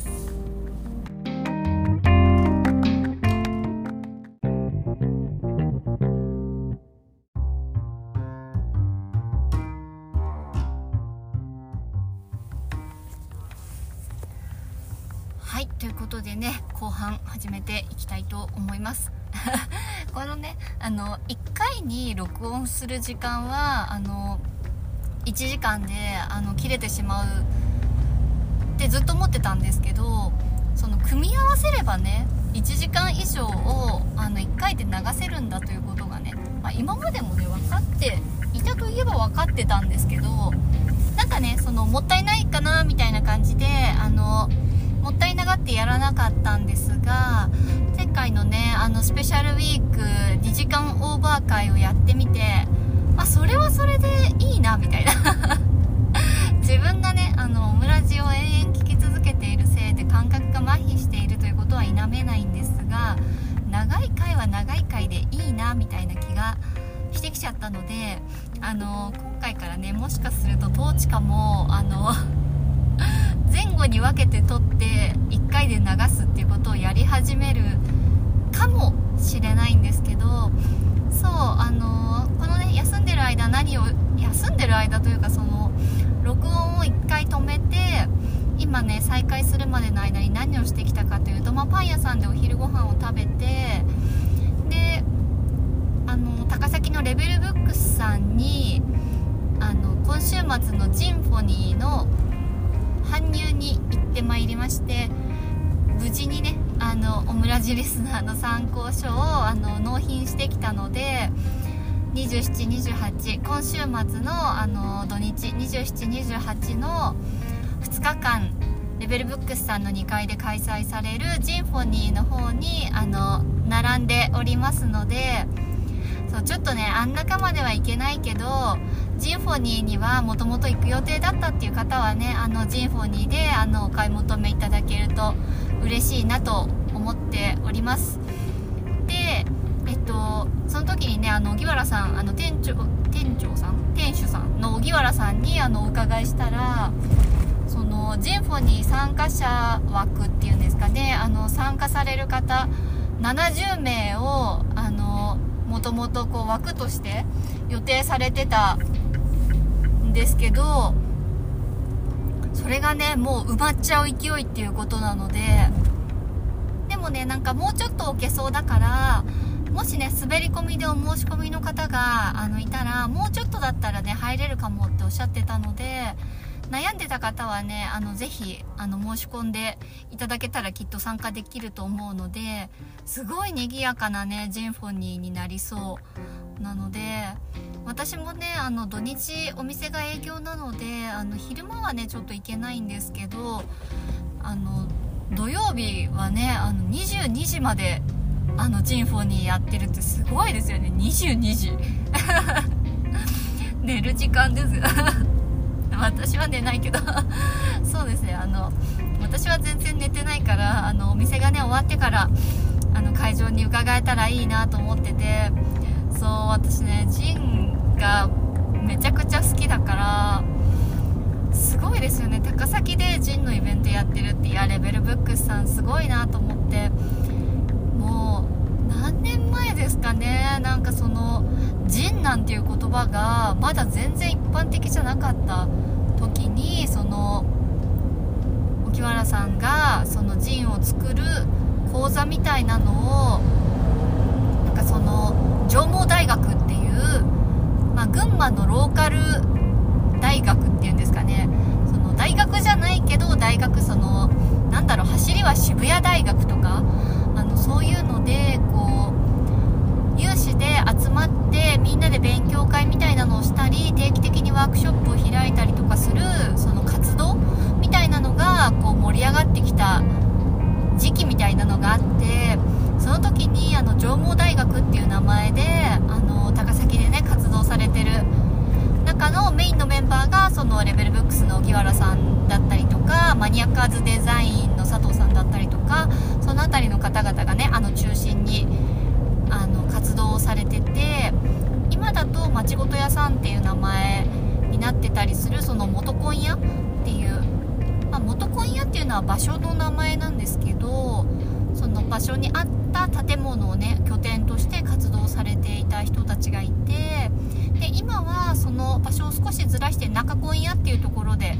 はい、ということでね、後半始めていきたいと思いますこのね、1回に録音する時間は1時間で切れてしまうってずっと思ってたんですけど、その組み合わせればね1時間以上を1回で流せるんだということがね、今までもね分かっていたといえば分かってたんですけど、なんかねそのもったいないかなみたいな感じでもったいながってやらなかったんですが、前回のねスペシャルウィーク2時間オーバー会をやってみて、それはそれでいいなみたいな自分がねオムラジを延々聞き続けているせいで感覚が麻痺しているということは否めないんですが、長い回は長い回でいいなみたいな気がしてきちゃったので、今回からねもしかするとトーチカも前後に分けて撮って1回で流すっていうことをやり始めるかもしれないんですけど、そうこのね休んでる間というか、その録音を1回止めて今ね再開するまでの間に何をしてきたかというと、パン屋さんでお昼ご飯を食べて、で高崎のレベルブックスさんに今週末のジンフォニーの搬入に行ってまいりまして、無事にねオムラジリスナーの参考書を納品してきたので、27、28今週末の土日27、28の2日間レベルブックスさんの2階で開催されるジンフォニーの方に並んでおりますので、そうちょっとねあん中までは行けないけど、ジンフォニーにはもともと行く予定だったっていう方はね、ジンフォニーでお買い求めいただけると嬉しいなと思っております。でその時にね荻原さん店主さんの荻原さんにお伺いしたら、そのジンフォニー参加者枠っていうんですかね、参加される方70名をもともとこう枠として予定されてたんですけど、それがねもう埋まっちゃう勢いっていうことなので、でもねなんかもうちょっと置けそうだから、もしね滑り込みでお申し込みの方がいたら、もうちょっとだったらね入れるかもっておっしゃってたので、悩んでた方はねぜひ申し込んでいただけたらきっと参加できると思うので、すごい賑やかなねジンフォニーになりそうなので、私もね土日お店が営業なので昼間はねちょっと行けないんですけど、土曜日はね22時までジンフォニーやってるってすごいですよね。22時寝る時間です私は寝ないけどそうですね、私は全然寝てないから、お店がね終わってから会場に伺えたらいいなと思ってて、そう私ねジンがめちゃくちゃ好きだから、すごいですよね。高崎でジンのイベントやってるって、いやレベルブックスさんすごいなと思って、もう何年前ですかね、なんかそのジンなんていう言葉がまだ全然一般的じゃなかった時に、その荻原さんがそのジンを作る講座みたいなのを、なんかその上毛大学っていう、群馬のローカル大学っていうんですかね、その大学じゃないけど大学、そのなんだろう、走りは渋谷大学とかそういうのでこう有志で集まってみんなで勉強会みたいなのをしたり、定期的にワークショップを開いたりとかするその活動みたいなのがこう盛り上がってきた時期みたいなのがあって、その時に上毛大学っていう名前で高崎でね活動されてる中のメインのメンバーがそのレベルブックスの荻原さんだったりとか、マニアッカーズデザインの佐藤さんだったりとか、そのあたりの方々がね中心に活動をされてて、今だとまちごと屋さんっていう名前になってたりするその元コン屋っていう、元コン屋っていうのは場所の名前なんですけど、その場所にあった建物をね拠点として活動されていた人たちがいて、で今はその場所を少しずらして中コン屋っていうところで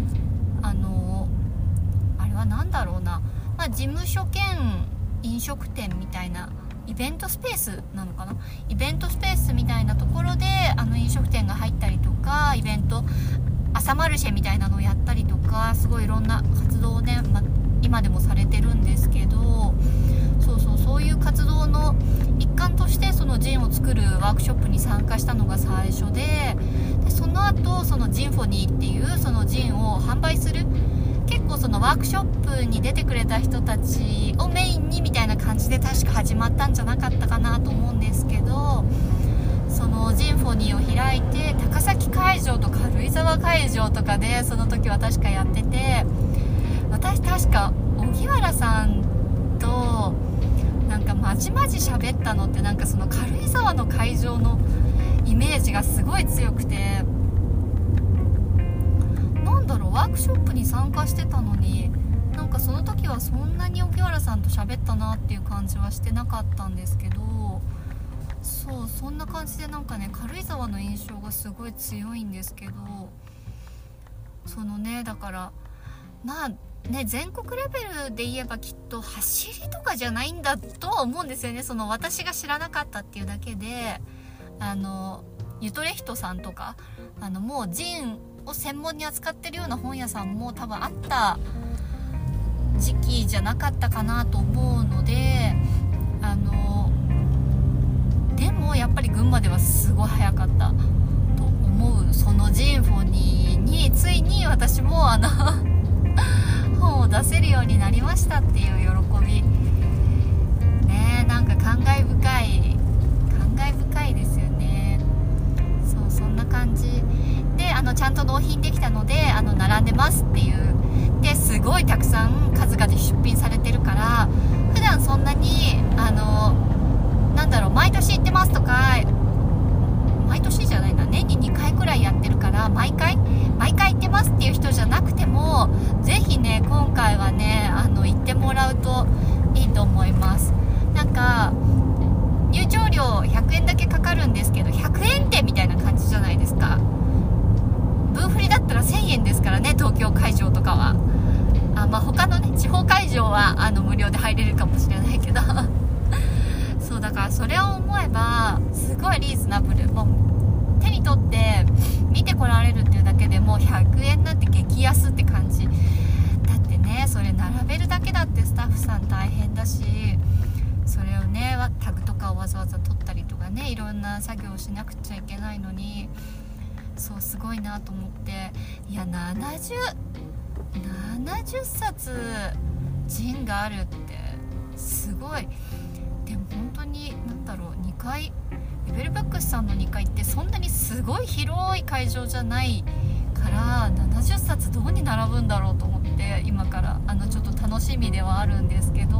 あれはなんだろうな、事務所兼飲食店みたいなイベントスペースなのかな、イベントスペースみたいなところで飲食店が入ったりとか、イベント朝マルシェみたいなのをやったりとか、すごいいろんな活動をね、今でもされてるんですけど、そういう活動の一環としてそのジンを作るワークショップに参加したのが最初で、その後そのジンフォニーっていうそのジンを販売する、結構そのワークショップに出てくれた人たちをメインにみたいな感じで確か始まったんじゃなかったかなと思うんですけど、そのジンフォニーを開いて高崎会場と軽井沢会場とかでその時は確かやってて、私確か荻原さんとなんかまじまじ喋ったのって、なんかその軽井沢の会場のイメージがすごい強くて、なんだろう、ワークショップに参加してたのになんかその時はそんなに荻原さんと喋ったなっていう感じはしてなかったんですけど、そんな感じでなんかね軽井沢の印象がすごい強いんですけど、そのねだから全国レベルで言えばきっと走りとかじゃないんだとは思うんですよね。その私が知らなかったっていうだけで、ユトレヒトさんとかもうジンを専門に扱ってるような本屋さんも多分あった時期じゃなかったかなと思うので、でもやっぱり群馬ではすごい早かったと思う。そのジンフォニーについに私も本を出せるようになりましたっていう喜びね、なんか感慨深いですよね。そんな感じでちゃんと納品できたので並んでますっていうですごいたくさん数々出品されてるから、普段そんなに毎年行ってますとか、毎年じゃないな、年に2回くらいやってるから毎回行ってますっていう人じゃなくても、ぜひね今回はね行ってもらうといいと思います。なんか入場料100円だけかかるんですけど、100円ってみたいな感じじゃないですか。分振りだったら1000円ですからね、東京会場とかは。他のね地方会場は無料で入れるかもしれないけどそうだから、それを思えばすごいリーズナブル、もう手に取って見てこられるっていうだけでもう100円なんて激安って感じだってね。それ並べるだけだってスタッフさん大変だし、それをねタグとかをわざわざ取ったりとかね、いろんな作業をしなくちゃいけないのに、そうすごいなと思って。いや70冊ジンがあるってすごい。でも本当に2階レベルブックスさんの2階ってそんなにすごい広い会場じゃないから70冊どうに並ぶんだろうと思って、今からちょっと楽しみではあるんですけど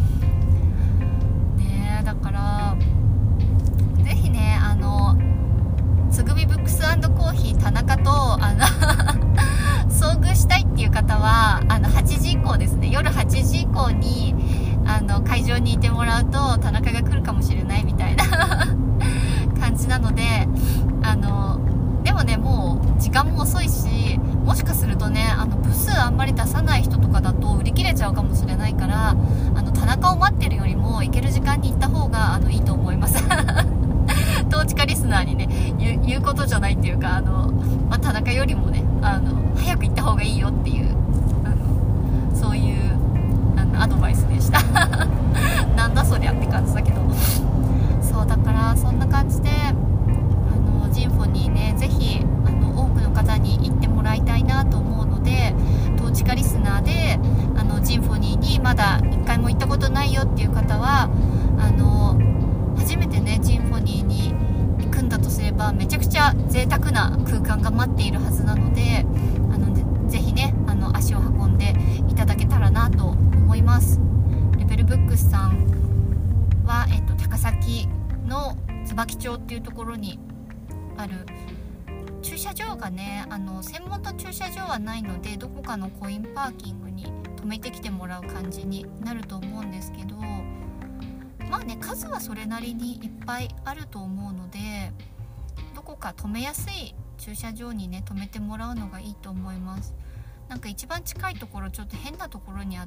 ね。だからぜひねつぐみブックス&コーヒー田中と遭遇したいっていう方は8時以降ですね、夜8時以降に会場にいてもらうと田中が来るかもしれないみたいな感じなので、でもねもう時間も遅いし、もしかするとね部数あんまり出さない人とかだと売り切れちゃうかもしれないから、田中を待ってるよりも行ける時間に行った方がいいと思います統治下リスナーにね言うことじゃないっていうか、田中よりもね早く行った方がいいよっていうそういうアドバイスでしたなんだそりゃって感じだけど、そうだからそんな感じでジンフォニーねぜひ多くの方に行ってもらいたいなと思うので、統治下リスナーでジンフォニーにまだ1回も行ったことないよっていう方は初めてねジンフォニーに行くんだとすればめちゃくちゃ贅沢な空間が待っているはずなので、ぜひね足を運んでいただけたらなと思います。レベルブックスさんは、高崎の椿町っていうところにある駐車場がね専門の駐車場はないので、どこかのコインパーキングに止めてきてもらう感じになると思うんですけど、まあね数はそれなりにいっぱいあると思うので、どこか止めやすい駐車場にね止めてもらうのがいいと思います。なんか一番近いところちょっと変なところにあって、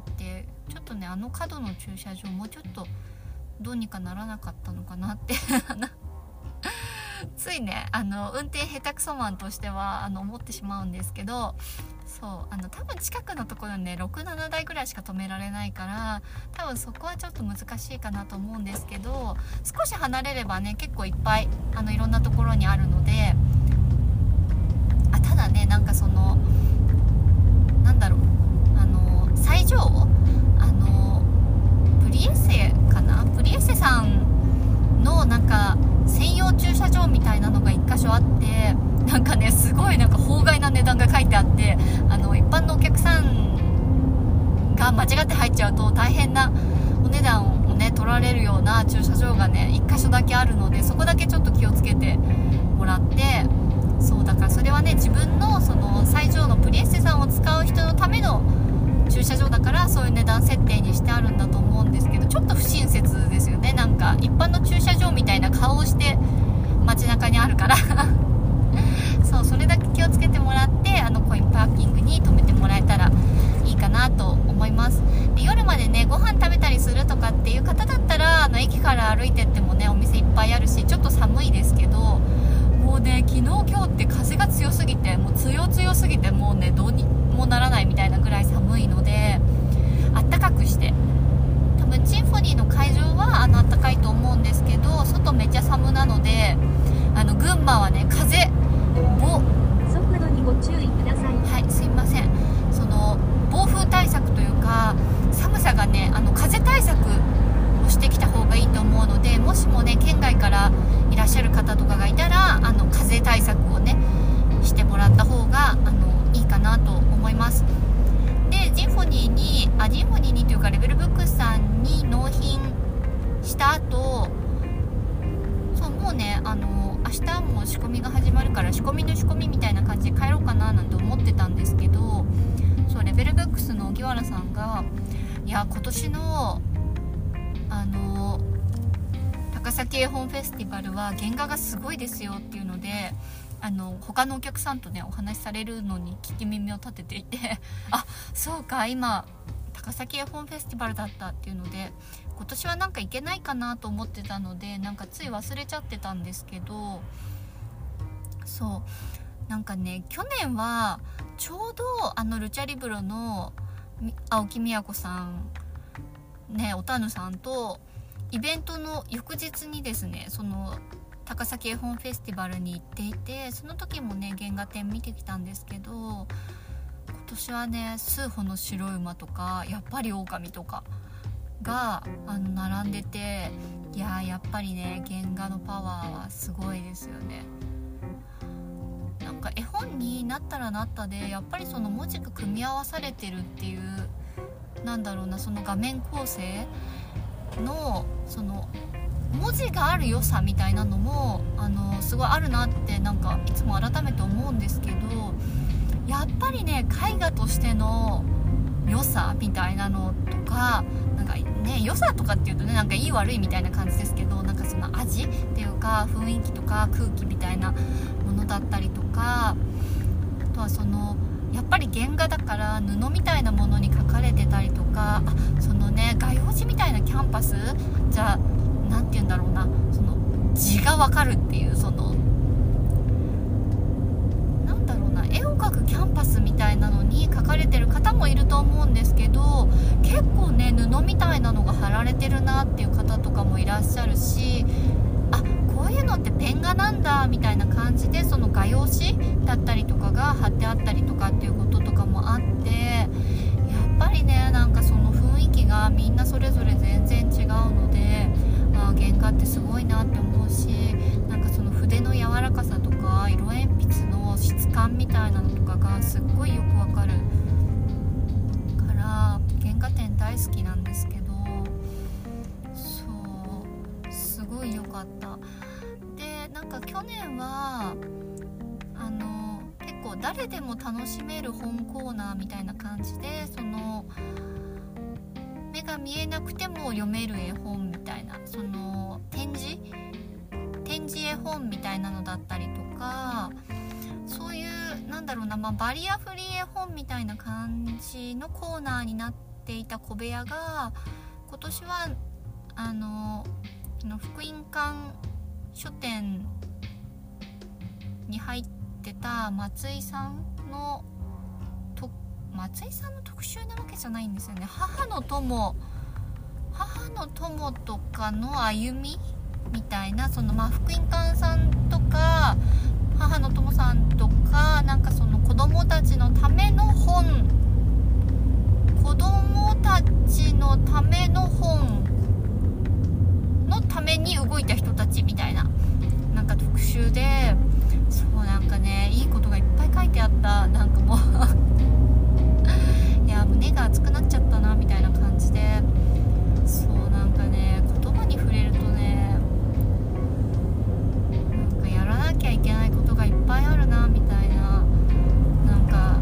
ちょっとね角の駐車場もうちょっとどうにかならなかったのかなってついね運転下手くそマンとしては思ってしまうんですけど、そう多分近くのところにね 6,7 台ぐらいしか止められないから、多分そこはちょっと難しいかなと思うんですけど、少し離れればね結構いっぱいいろんなところにあるので、ただねなんか最上プリエッセさんのなんか専用駐車場みたいなのが1箇所あって、なんかねすごいなんか法外な値段が書いてあって、一般のお客さんが間違って入っちゃうと大変なお値段をね取られるような駐車場がね1箇所だけあるので、そこだけちょっと気をつけてもらって、そうだからそれはね自分の最上のプリエッセさんを使う人のための駐車場だからそういう値段設定にしてあるんだと思うんですけど、ちょっと不親切ですよね。なんか一般の駐車場みたいな顔をして街中にあるからそうそれだけ気をつけてもらってコインパーキングに止めてもらえたらいいかなと思います。で夜までねご飯食べたりするとかっていう方だったら駅から歩いてってもねお店いっぱいあるし、ちょっと寒いですけど、もうね昨日今日って風が強すぎてもう強すぎてもうねどうにもならないみたいなぐらい寒いので、あった暖かくして、多分シンフォニーの会場は暖かいと思うんですけど、外めっちゃ寒なので、群馬はね風
速度にご注意ください。
はい、すいません。その暴風対策というか寒さがね風対策をしてきた方がいいと思うので、もしもね県外からいらっしゃる方とかがいたら風対策をねしてもらった方がいいかなと思います。でジンフォニーにというかレベルブックスさんに納品した後、そうもうね明日も仕込みが始まるから仕込みみたいな感じで帰ろうかななんて思ってたんですけど、そうレベルブックスの荻原さんが、いや今年の高崎絵本フェスティバルは原画がすごいですよっていうので、他のお客さんとねお話しされるのに聞き耳を立てていてあ、そうか今高崎絵本フェスティバルだったっていうので、今年はなんか行けないかなと思ってたので、なんかつい忘れちゃってたんですけど、そうなんかね去年はちょうどルチャリブロの青木美也子さんね、おたぬさんとイベントの翌日にですね、その高崎絵本フェスティバルに行っていて、その時もね原画展見てきたんですけど、今年はね数歩の白い馬とかやっぱり狼とかが並んでて、いややっぱりね原画のパワーはすごいですよね。なんか絵本になったらなったでやっぱりその文字が組み合わされてるっていう、なんだろうな、その画面構成のその文字がある良さみたいなのもすごいあるなってなんかいつも改めて思うんですけど、やっぱりね絵画としての良さみたいなのとか、なんかね良さとかっていうとねなんかいい悪いみたいな感じですけど、なんかその味っていうか雰囲気とか空気みたいなものだったりとか、あとはそのやっぱり原画だから布みたいなものに描かれてたりとか、そのね画用紙みたいなキャンパスじゃなんて言うんだろうな、その字がわかるっていう、そのなんだろうな、絵を描くキャンパスみたいなのに描かれてる方もいると思うんですけど、結構ね布みたいなのが貼られてるなっていう方とかもいらっしゃるし、あ、こういうのってペン画なんだみたいな感じでその画用紙だったりとかが貼ってあったりとかっていうこととかもあって、やっぱりねなんかその雰囲気がみんなそれぞれ全然違うので、原画ってすごいなって思うし、なんかその筆の柔らかさとか色鉛筆の質感みたいなのとかがすっごいよくわかるから原画展大好きなんですけど、そうすごい良かった。でなんか去年は結構誰でも楽しめる本コーナーみたいな感じで、その目が見えなくても読める絵本みたいな、その展示絵本みたいなのだったりとか、そういうなんだろうな、バリアフリー絵本みたいな感じのコーナーになっていた小部屋が、今年は福音館書店に入ってた松井さんの特集なわけじゃないんですよね。母の友とかの歩みみたいな、その福音館さんとか母の友さんとか、なんかその子供たちのための本、子供たちのための本のために動いた人たちみたいな、なんか特集で、そうなんかねいいことがいっぱい書いてあった。なんかもういや胸が熱くなっちゃったなみたいな感じで、そうなんかね言葉に触れるとね、なんかやらなきゃいけないことがいっぱいあるなみたいな、なんか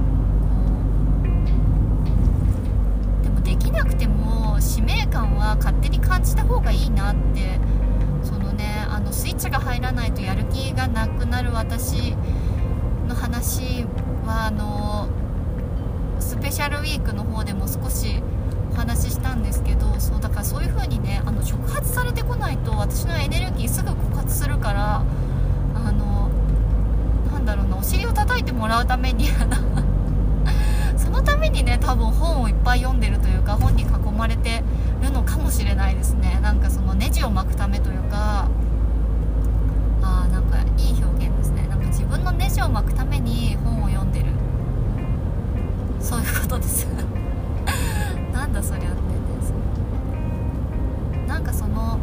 でもできなくても使命感は勝手に感じた方がいいなって、そのねスイッチが入らないとやる気がなくなる私の話はスペシャルウィークの方でも少しお話ししたんですけど、そうだからそういう風にね触発されてこないと私のエネルギーすぐ枯渇するから、なんだろうな、お尻を叩いてもらうためにそのためにね多分本をいっぱい読んでるというか、本に囲まれてるのかもしれないですね。なんかそのネジを巻くためというか、なんかいい表現ですね。なんか自分のネジを巻くために本を読んでる、そういうことですなんだそりゃってです。なんかその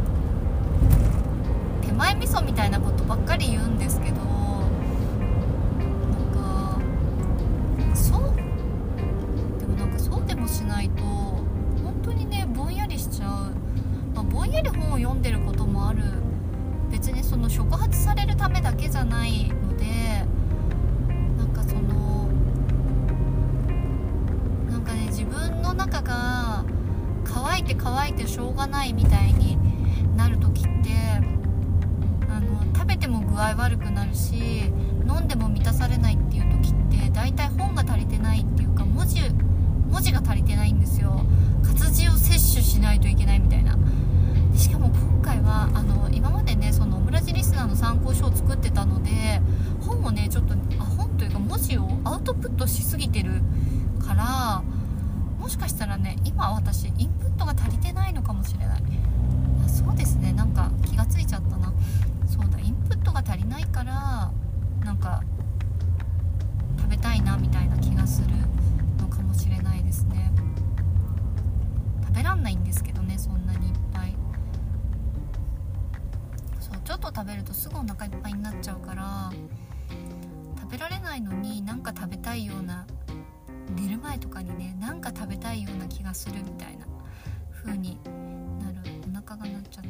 手前味噌みたいなことばっかり言うんですけど、そうでもしないと本当にねぼんやりしちゃう。ぼんやり本を読んでることもある。別にその触発されるためだけじゃないので、なんかそのなんかね自分の中が乾いてしょうがないみたいになる時って、食べても具合悪くなるし、飲んでも満たされないっていう時って大体本が足りてないっていうか、文字が足りてないんですよ。活字を摂取しないといけないみたいな。しかも今回は今までねそのオムラジリスナーの参考書を作ってたので、本をねちょっと本というか文字をアウトプットしすぎてるから、もしかしたらね今私インプットが足りてないのかもしれない。そうですね、なんか気がついちゃったな。そうだ、インプットが足りないからなんか食べたいなみたいな気がするのかもしれないですね。食べらんないんですけどね、そんなにいっぱい。そうちょっと食べるとすぐお腹いっぱいになっちゃうから、食べられないのになんか食べたいような、寝る前とかにねなんか食べたいような気がするみたいな風になる。お腹が鳴っちゃった。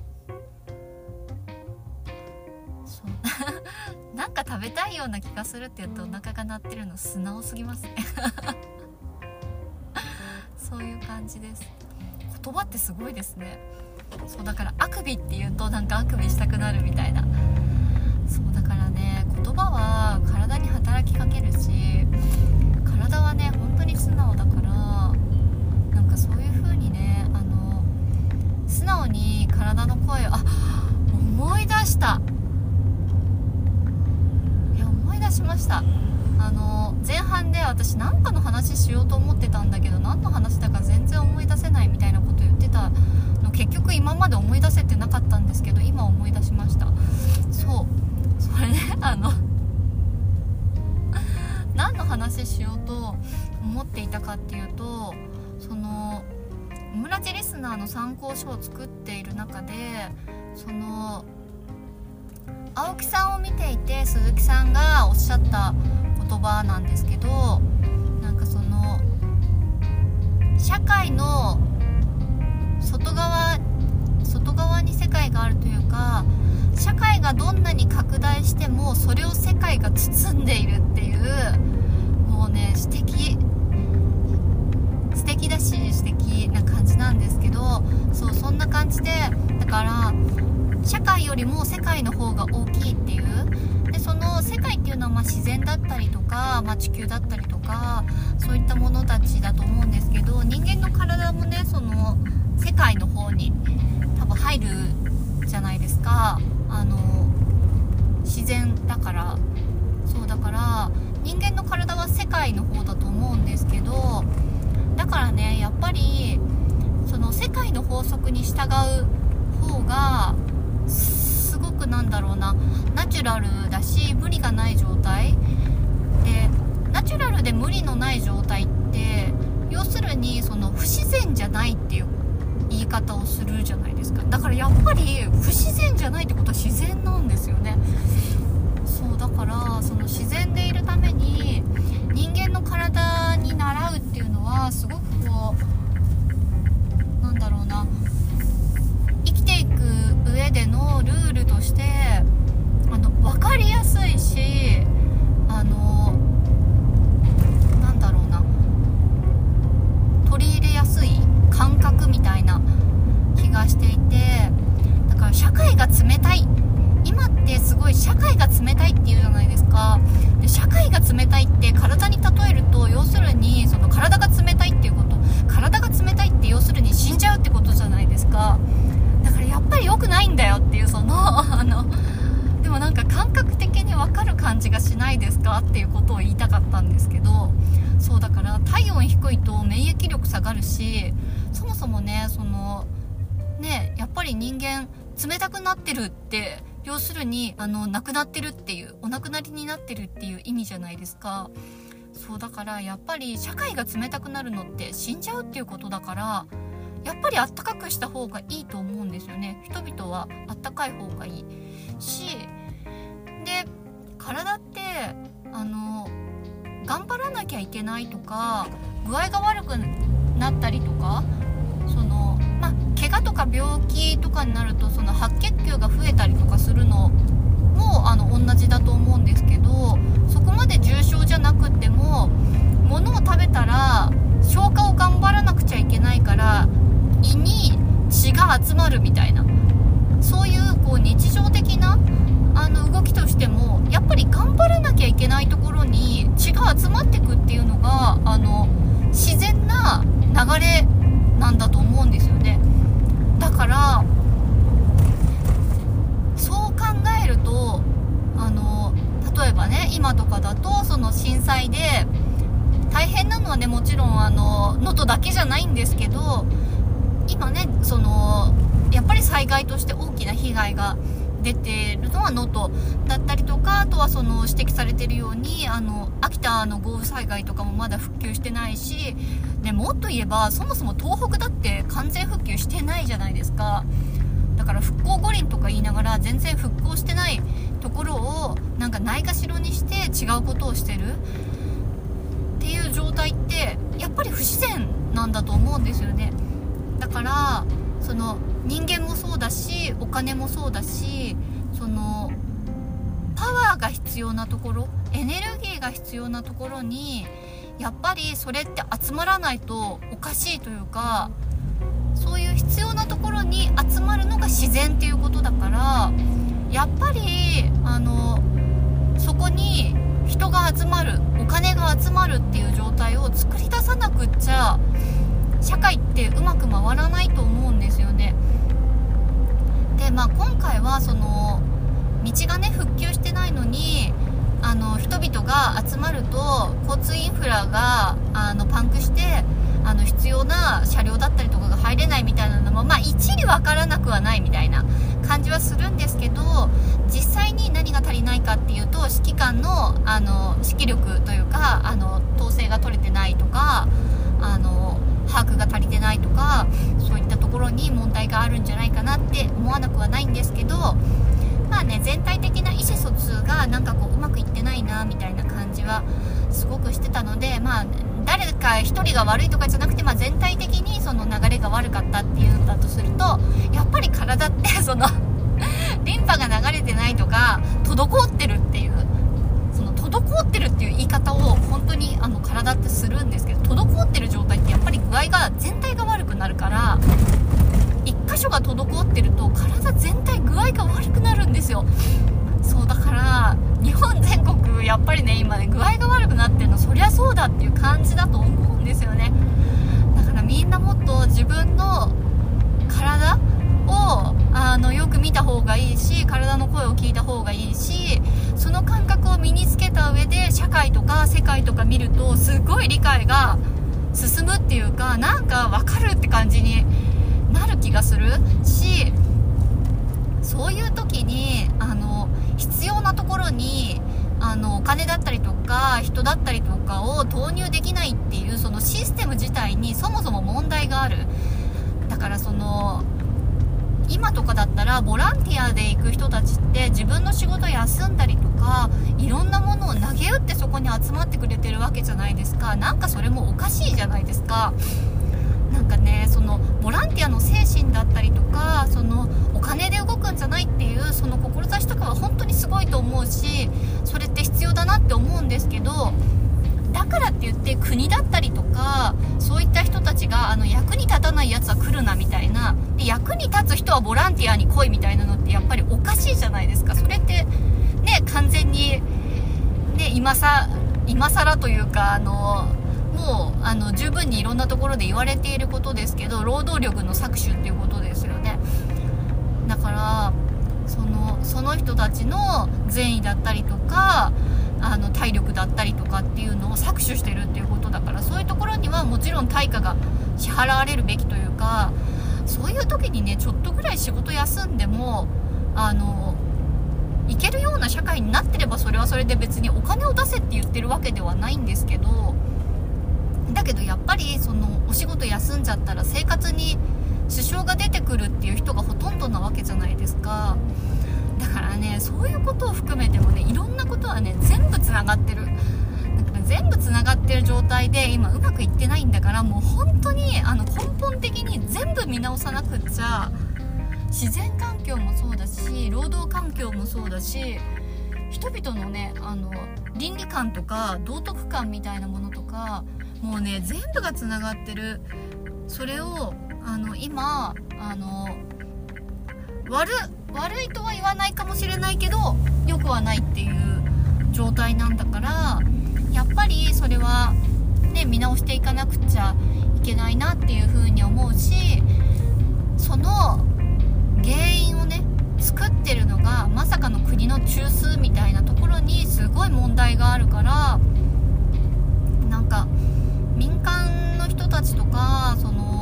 そうなんか食べたいような気がするって言うとお腹が鳴ってるの素直すぎますねそういう感じです。言葉ってすごいですね。そうだからあくびって言うとなんかあくびしたくなるみたいな。そうだからね、言葉は体に働きかけるし、体はね本当に素直だから、なんかそういう風にね素直に体の声を思い出した。思い出しました。前半で私何かの話しようと思ってたんだけど、何の話だか全然思い出せないみたいなこと言ってたの、結局今まで思い出せてなかったんですけど、今思い出しました。そうそれね何の話しようと思っていたかっていうと、そのオムラジリスナーの参考書を作っている中で、その青木さんを見ていて鈴木さんがおっしゃった言葉なんですけど、なんかその社会の外側に世界があるというか、社会がどんなに拡大してもそれを世界が包んでいるっていう、もうね素敵だし素敵な感じなんですけど、そんな感じで、だから社会よりも世界の方が大きいっていう。でその世界っていうのは自然だったりとか、地球だったりとか、そういったものたちだと思うんですけど、人間の体もねその世界の方に多分入るじゃないですか。自然だから。そうだから人間の体は世界の方だと思うんですけど、だからねやっぱりその世界の法則に従う方がすごくナチュラルだし、無理がない状態で、ナチュラルで無理のない状態って要するにその不自然じゃないっていう言い方をするじゃないですか。だからやっぱり不自然じゃないってことは自然なんですよね。そうだからその自然でいるために人間の体に習うっていうのはすごくこう生きていく上でのルールとして分かりやすいし、取り入れやすい感覚みたいな気がしていて、だから社会が冷たい、今ってすごい社会が冷たいっていうじゃないですか。で社会が冷たいって体に例えると、要するにその体が冷たいっていうこと、体が冷たいって要するに死んじゃうってことじゃないですか。だからやっぱり良くないんだよっていう、でもなんか感覚的に分かる感じがしないですかっていうことを言いたかったんですけど、そうだから体温低いと免疫力下がるし、そもそもねやっぱり人間冷たくなってるって要するに亡くなってるっていう、お亡くなりになってるっていう意味じゃないですか。そうだからやっぱり社会が冷たくなるのって死んじゃうっていうことだから、やっぱりあったかくした方がいいと思うんですよね。人々はあったかい方がいいし、で体って頑張らなきゃいけないとか、具合が悪くなったりとか、怪我とか病気とかになると白血球が増えたりとかするのも同じだと思うんですけど、そこまで重症じゃなくっても、物を食べたら消化を頑張らなくちゃいけないから胃に血が集まるみたいな、そういう日常的な動きとしてもやっぱり頑張らなきゃいけないところに血が集まってくっていうのが自然な流れなんだと思うんですよね。だからそう考えると例えばね、今とかだと震災で大変なのはね、もちろん能登だけじゃないんですけど、今ねやっぱり災害として大きな被害が出てるのは能登だったりとか、あとは指摘されてるように秋田の豪雨災害とかもまだ復旧してないし、ね、もっと言えばそもそも東北だって完全復旧してないじゃないですか。だから復興五輪とか言いながら全然復興してないところをないがしろにして違うことをしてるっていう状態ってやっぱり不自然なんだと思うんですよね。だから人間もそうだし、お金もそうだし、パワーが必要なところ、エネルギーが必要なところにやっぱりそれって集まらないとおかしいというか、そういう必要なところに集まるのが自然っていうことだから、やっぱりそこに人が集まる、お金が集まるっていう状態を作り出さなくっちゃ社会ってうまく回らないと思うんですよね。で今回は道がね復旧してないのに人々が集まると交通インフラがパンクして必要な車両だったりとかが入れないみたいなのも一理分からなくはないみたいな感じはするんですけど、実際に何が足りないかっていうと、指揮官の指揮力というか統制が取れてないとか把握が足りてないとか、そういったところに問題があるんじゃないかなって思わなくはないんですけど、全体的な意思疎通がうまくいってないなみたいな感じはすごくしてたので、誰か一人が悪いとかじゃなくて、全体的に流れが悪かったっていうんだとすると、やっぱり体ってリンパが流れてないとか滞ってるっていう、滞ってるっていう言い方を本当に体ってするんですけど、滞ってる状態ってやっぱり具合が全体が悪くなるから、一箇所が滞ってると体全体具合が悪くなるんですよ。そうだから日本全国やっぱりね今ね具合が悪くなってるの、そりゃそうだっていう感じだと思うんですよね。だからみんなもっと自分の体をよく見た方がいいし、体の声を聞いた方がいいし、その感覚を身につけた上で社会とか世界とか見るとすごい理解が進むっていうか、分かるって感じになる気がするし、そういう時に必要なところにお金だったりとか人だったりとかを投入できないっていうそのシステム自体にそもそも問題がある。だから今とかだったらボランティアで行く人たちって自分の仕事休んだりとかいろんなものを投げ打ってそこに集まってくれてるわけじゃないですか。それもおかしいじゃないですか。ボランティアの精神だったりとかお金で動くんじゃないっていうその志とかは本当にすごいと思うし、それって必要だなって思うんですけど、だからって言って国だったりとかそういった人たちが役に立たないやつは来るなみたいな、で役に立つ人はボランティアに来いみたいなのってやっぱりおかしいじゃないですか。それってね完全にね今更というかもう十分にいろんなところで言われていることですけど、労働力の搾取っていうことですよね。だからその人たちの善意だったりとか体力だったりとかっていうのを搾取してるっていうことだから、そういうところにはもちろん対価が支払われるべきというか、そういう時にねちょっとぐらい仕事休んでもいけるような社会になってれば、それはそれで別にお金を出せって言ってるわけではないんですけど、だけどやっぱりそのお仕事休んじゃったら生活に支障が出てくるっていう人がほとんどなわけじゃないですか。だからね、そういうことを含めてもね、いろんなことはね全部つながってる。だから全部つながってる状態で今うまくいってないんだから、もう本当に根本的に全部見直さなくっちゃ、自然環境もそうだし、労働環境もそうだし、人々のね倫理観とか道徳観みたいなものとか、もうね全部がつながってる。それを今悪いとは言わないかもしれないけど良くはないっていう状態なんだから、やっぱりそれはね見直していかなくちゃいけないなっていうふうに思うし、その原因をね作ってるのがまさかの国の中枢みたいなところにすごい問題があるから、なんか民間の人たちとか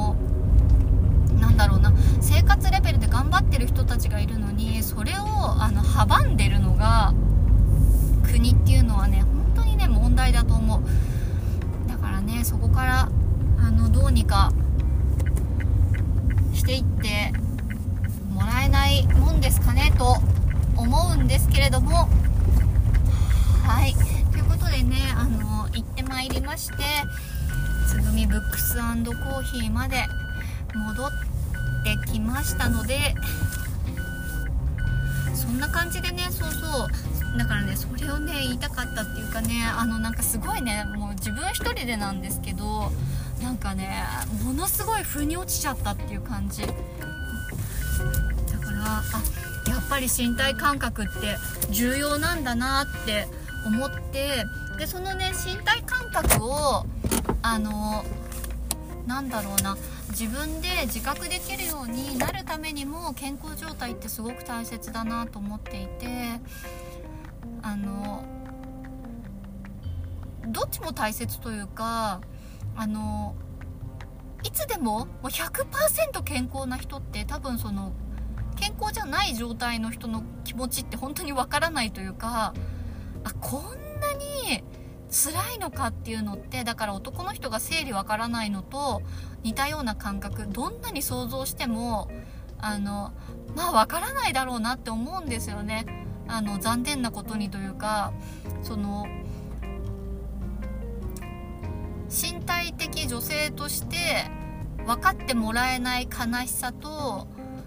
生活レベルで頑張ってる人たちがいるのに、それを阻んでるのが国っていうのはね本当にね問題だと思う。だからね、そこからどうにかしていってもらえないもんですかねと思うんですけれども、はい、ということでね行ってまいりまして、つぐみブックス&コーヒーまで戻ってきましたので、そんな感じでね、だからねそれをね言いたかったっていうかね、なんかすごいね、もう自分一人でなんですけど、なんかねものすごい腑に落ちちゃったっていう感じだから、やっぱり身体感覚って重要なんだなって思って、でそのね身体感覚を自分で自覚できるようになるためにも健康状態ってすごく大切だなと思っていて、どっちも大切というか、いつでも 100% 健康な人って多分その健康じゃない状態の人の気持ちって本当にわからないというか、こんなに辛いのかっていうのって、だから男の人が生理わからないのと似たような感覚、どんなに想像してもわからないだろうなって思うんですよね。残念なことにというか、その身体的女性として分かってもらえない悲しさと、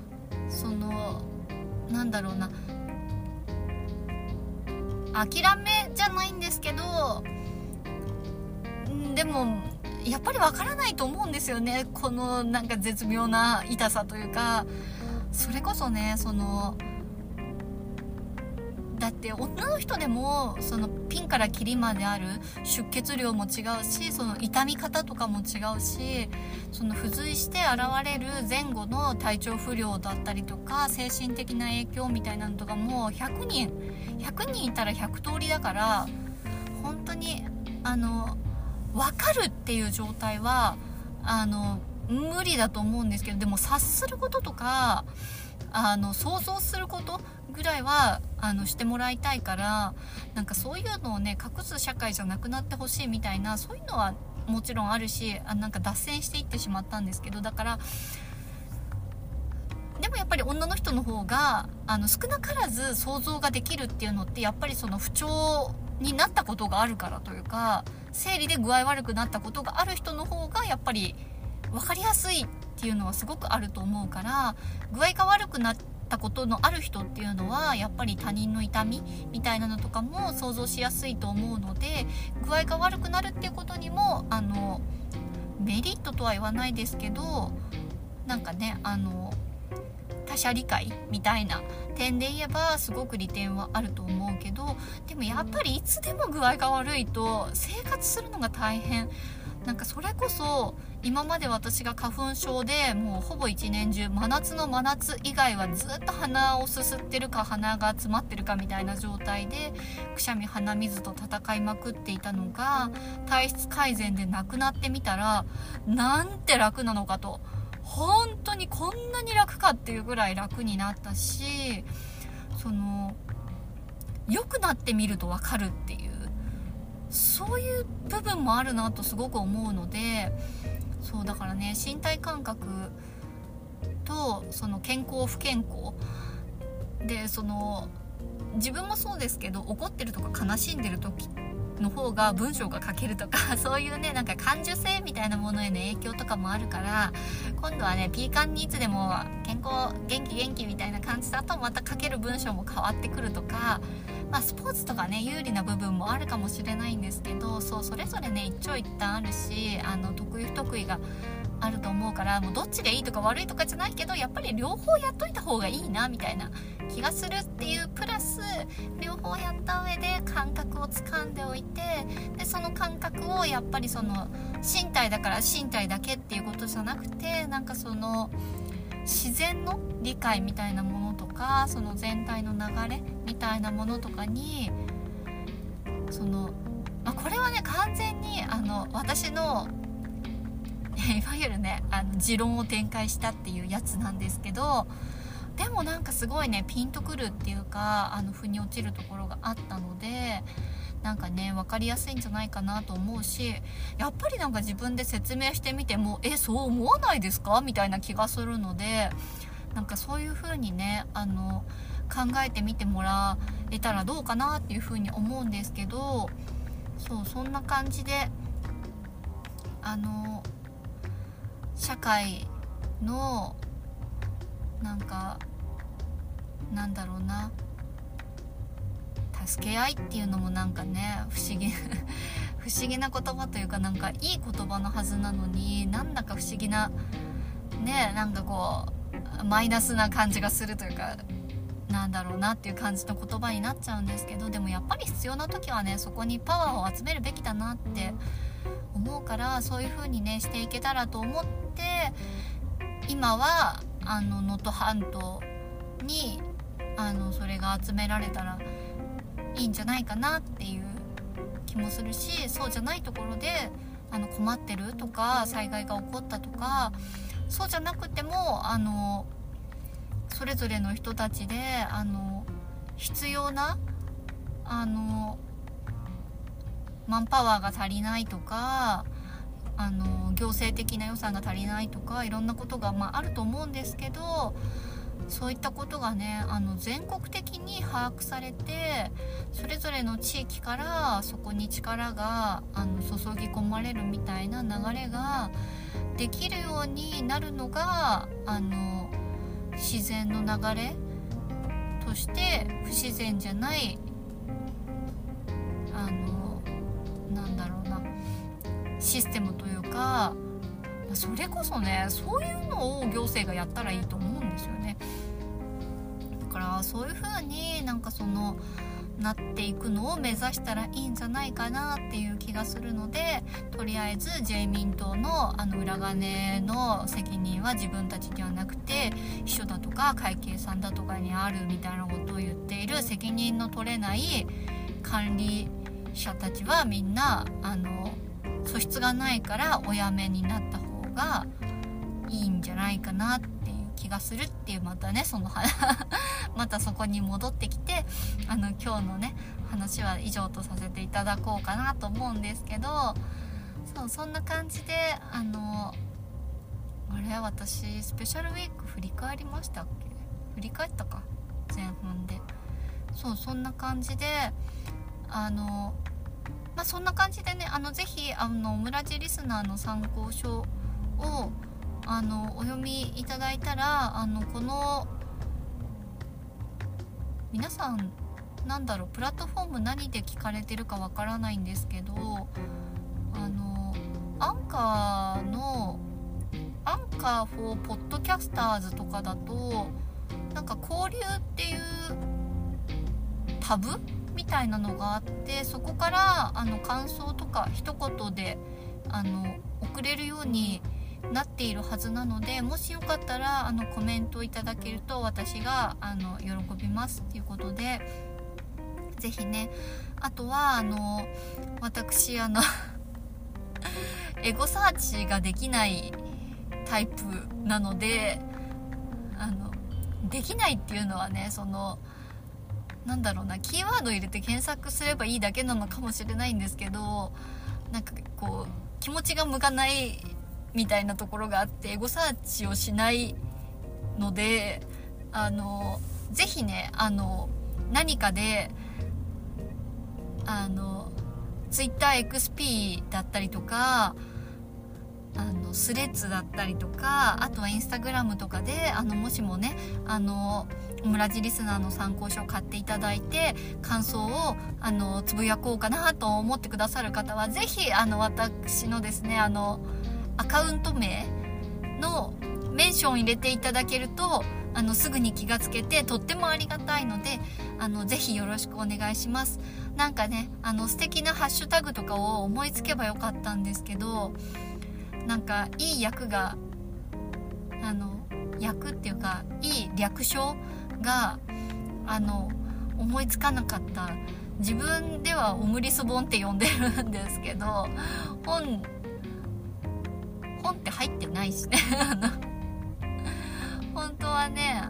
諦めじゃないんですけど、でもやっぱりわからないと思うんですよね、このなんか絶妙な痛さというか。それこそねだって女の人でもそのピンからキリまである出血量も違うし、その痛み方とかも違うし、その付随して現れる前後の体調不良だったりとか精神的な影響みたいなのとかも100人いたら100通りだから、本当に分かるっていう状態は無理だと思うんですけど、でも察することとか想像することぐらいはしてもらいたいから、なんかそういうのをね隠す社会じゃなくなってほしいみたいな、そういうのはもちろんあるし、なんか脱線していってしまったんですけど、だからでもやっぱり女の人の方が少なからず想像ができるっていうのって、やっぱりその不調になったことがあるからというか、生理で具合悪くなったことがある人の方がやっぱり分かりやすいっていうのはすごくあると思うから、具合が悪くなったことのある人っていうのはやっぱり他人の痛みみたいなのとかも想像しやすいと思うので、具合が悪くなるっていうことにもメリットとは言わないですけど、なんかね他者理解みたいな点で言えばすごく利点はあると思うけど、でもやっぱりいつでも具合が悪いと生活するのが大変なんかそれこそ今まで私が花粉症でもうほぼ一年中真夏の真夏以外はずっと鼻をすすってるか鼻が詰まってるかみたいな状態でくしゃみ鼻水と戦いまくっていたのが体質改善でなくなってみたらなんて楽なのかと、本当にこんなに楽かっていうぐらい楽になったし、その良くなってみると分かるっていうそういう部分もあるなとすごく思うので、そうだからね、身体感覚とその健康不健康で、その自分もそうですけど怒ってるとか悲しんでる時の方が文章が書けるとかそういうね、なんか感受性みたいなものへの影響とかもあるから、今度はねピーカンにいつでも健康元気みたいな感じだとまた書ける文章も変わってくるとか、まあ、スポーツとかね有利な部分もあるかもしれないんですけど、そうそれぞれね一長一短あるし、得意不得意があると思うから、もうどっちがいいとか悪いとかじゃないけど、やっぱり両方やっといた方がいいなみたいな気がするっていうプラス、両方やった上で感覚をつかんでおいて、でその感覚をやっぱりその身体だから身体だけっていうことじゃなくて、なんかその自然の理解みたいなものとか、その全体の流れみたいなものとかにその、これはね完全に私のいわゆるね持論を展開したっていうやつなんですけど、でもなんかすごいねピンとくるっていうか腑に落ちるところがあったので、なんかね分かりやすいんじゃないかなと思うし、やっぱりなんか自分で説明してみてもそう思わないですかみたいな気がするので、なんかそういう風にね考えてみてもらえたらどうかなっていう風に思うんですけど、そんな感じで社会のなんだろうな、助け合いっていうのもなんかね不思議な言葉というか、なんかいい言葉のはずなのに、なんだか不思議なね、なんかこうマイナスな感じがするというか、なんだろうなっていう感じの言葉になっちゃうんですけど、でもやっぱり必要な時はねそこにパワーを集めるべきだなって思うから、そういう風にねしていけたらと思って、今は能登半島にそれが集められたらいいんじゃないかなっていう気もするし、そうじゃないところで困ってるとか災害が起こったとか、そうじゃなくてもそれぞれの人たちで必要なマンパワーが足りないとか行政的な予算が足りないとか、いろんなことがあると思うんですけど、そういったことがね全国的に把握されて、それぞれの地域からそこに力が注ぎ込まれるみたいな流れができるようになるのが自然の流れとして不自然じゃないなんだろうなシステムというか、それこそねそういうのを行政がやったらいいと思うんですよね。だからそういう風になんかなっていくのを目指したらいいんじゃないかなっていう気がするので、とりあえず自民党の裏金の責任は自分たちではなくて秘書だとか会計さんだとかにあるみたいなことを言っている責任の取れない管理者たちはみんな素質がないからお辞めになった方がいいんじゃないかなっていう気がするっていう、またねまたそこに戻ってきて今日のね話は以上とさせていただこうかなと思うんですけど、そんな感じで私スペシャルウィーク振り返りましたっけ？振り返ったか前半で。そんな感じでそんな感じでねぜひオムラジリスナーの参考書をお読みいただいたらこの皆さんプラットフォーム何で聞かれてるかわからないんですけどアンカーフォーポッドキャスターズとかだとなんか交流っていうタブみたいなのがあって、そこから感想とか一言で送れるようになっているはずなので、もしよかったらコメントいただけると私が喜びますっていうことで、ぜひね。あとは私エゴサーチができないタイプなので、できないっていうのはね、なんだろうな、キーワード入れて検索すればいいだけなのかもしれないんですけど、なんかこう気持ちが向かないみたいなところがあって、エゴサーチをしないので、ぜひね、何かでTwitterXP だったりとか、スレッズだったりとか、あとはインスタグラムとかでもしもねオムラジリスナーの参考書を買っていただいて感想をつぶやこうかなと思ってくださる方は、ぜひ私のですねアカウント名のメンション入れていただけるとすぐに気がつけてとってもありがたいので、ぜひよろしくお願いします。なんかね素敵なハッシュタグとかを思いつけばよかったんですけど、なんかいい役が役っていうかいい略称が思いつかなかった。自分ではオムリス本って呼んでるんですけど、本って入ってないしね本当はね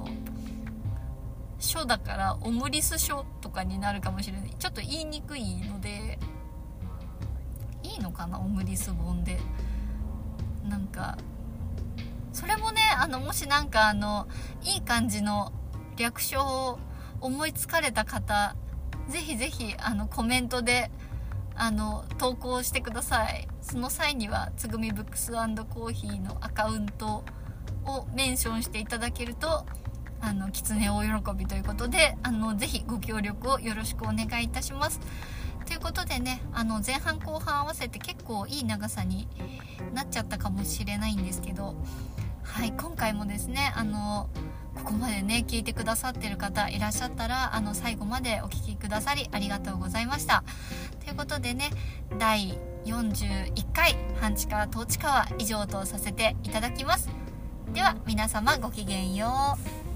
書だからオムリス書とかになるかもしれない。ちょっと言いにくいので、いいのかな、オムリス本で。なんかそれもねもしなんかいい感じの略称を思いつかれた方、ぜひぜひコメントで投稿してください。その際にはつぐみブックス&コーヒーのアカウントをメンションしていただけるとキツネ大喜びということでぜひご協力をよろしくお願いいたします。ということでね前半後半合わせて結構いい長さになっちゃったかもしれないんですけど、はい、今回もですねここまでね聞いてくださってる方いらっしゃったら最後までお聞きくださりありがとうございました。ということでね、第41回半地下統治下は以上とさせていただきます。では皆様ごきげんよう。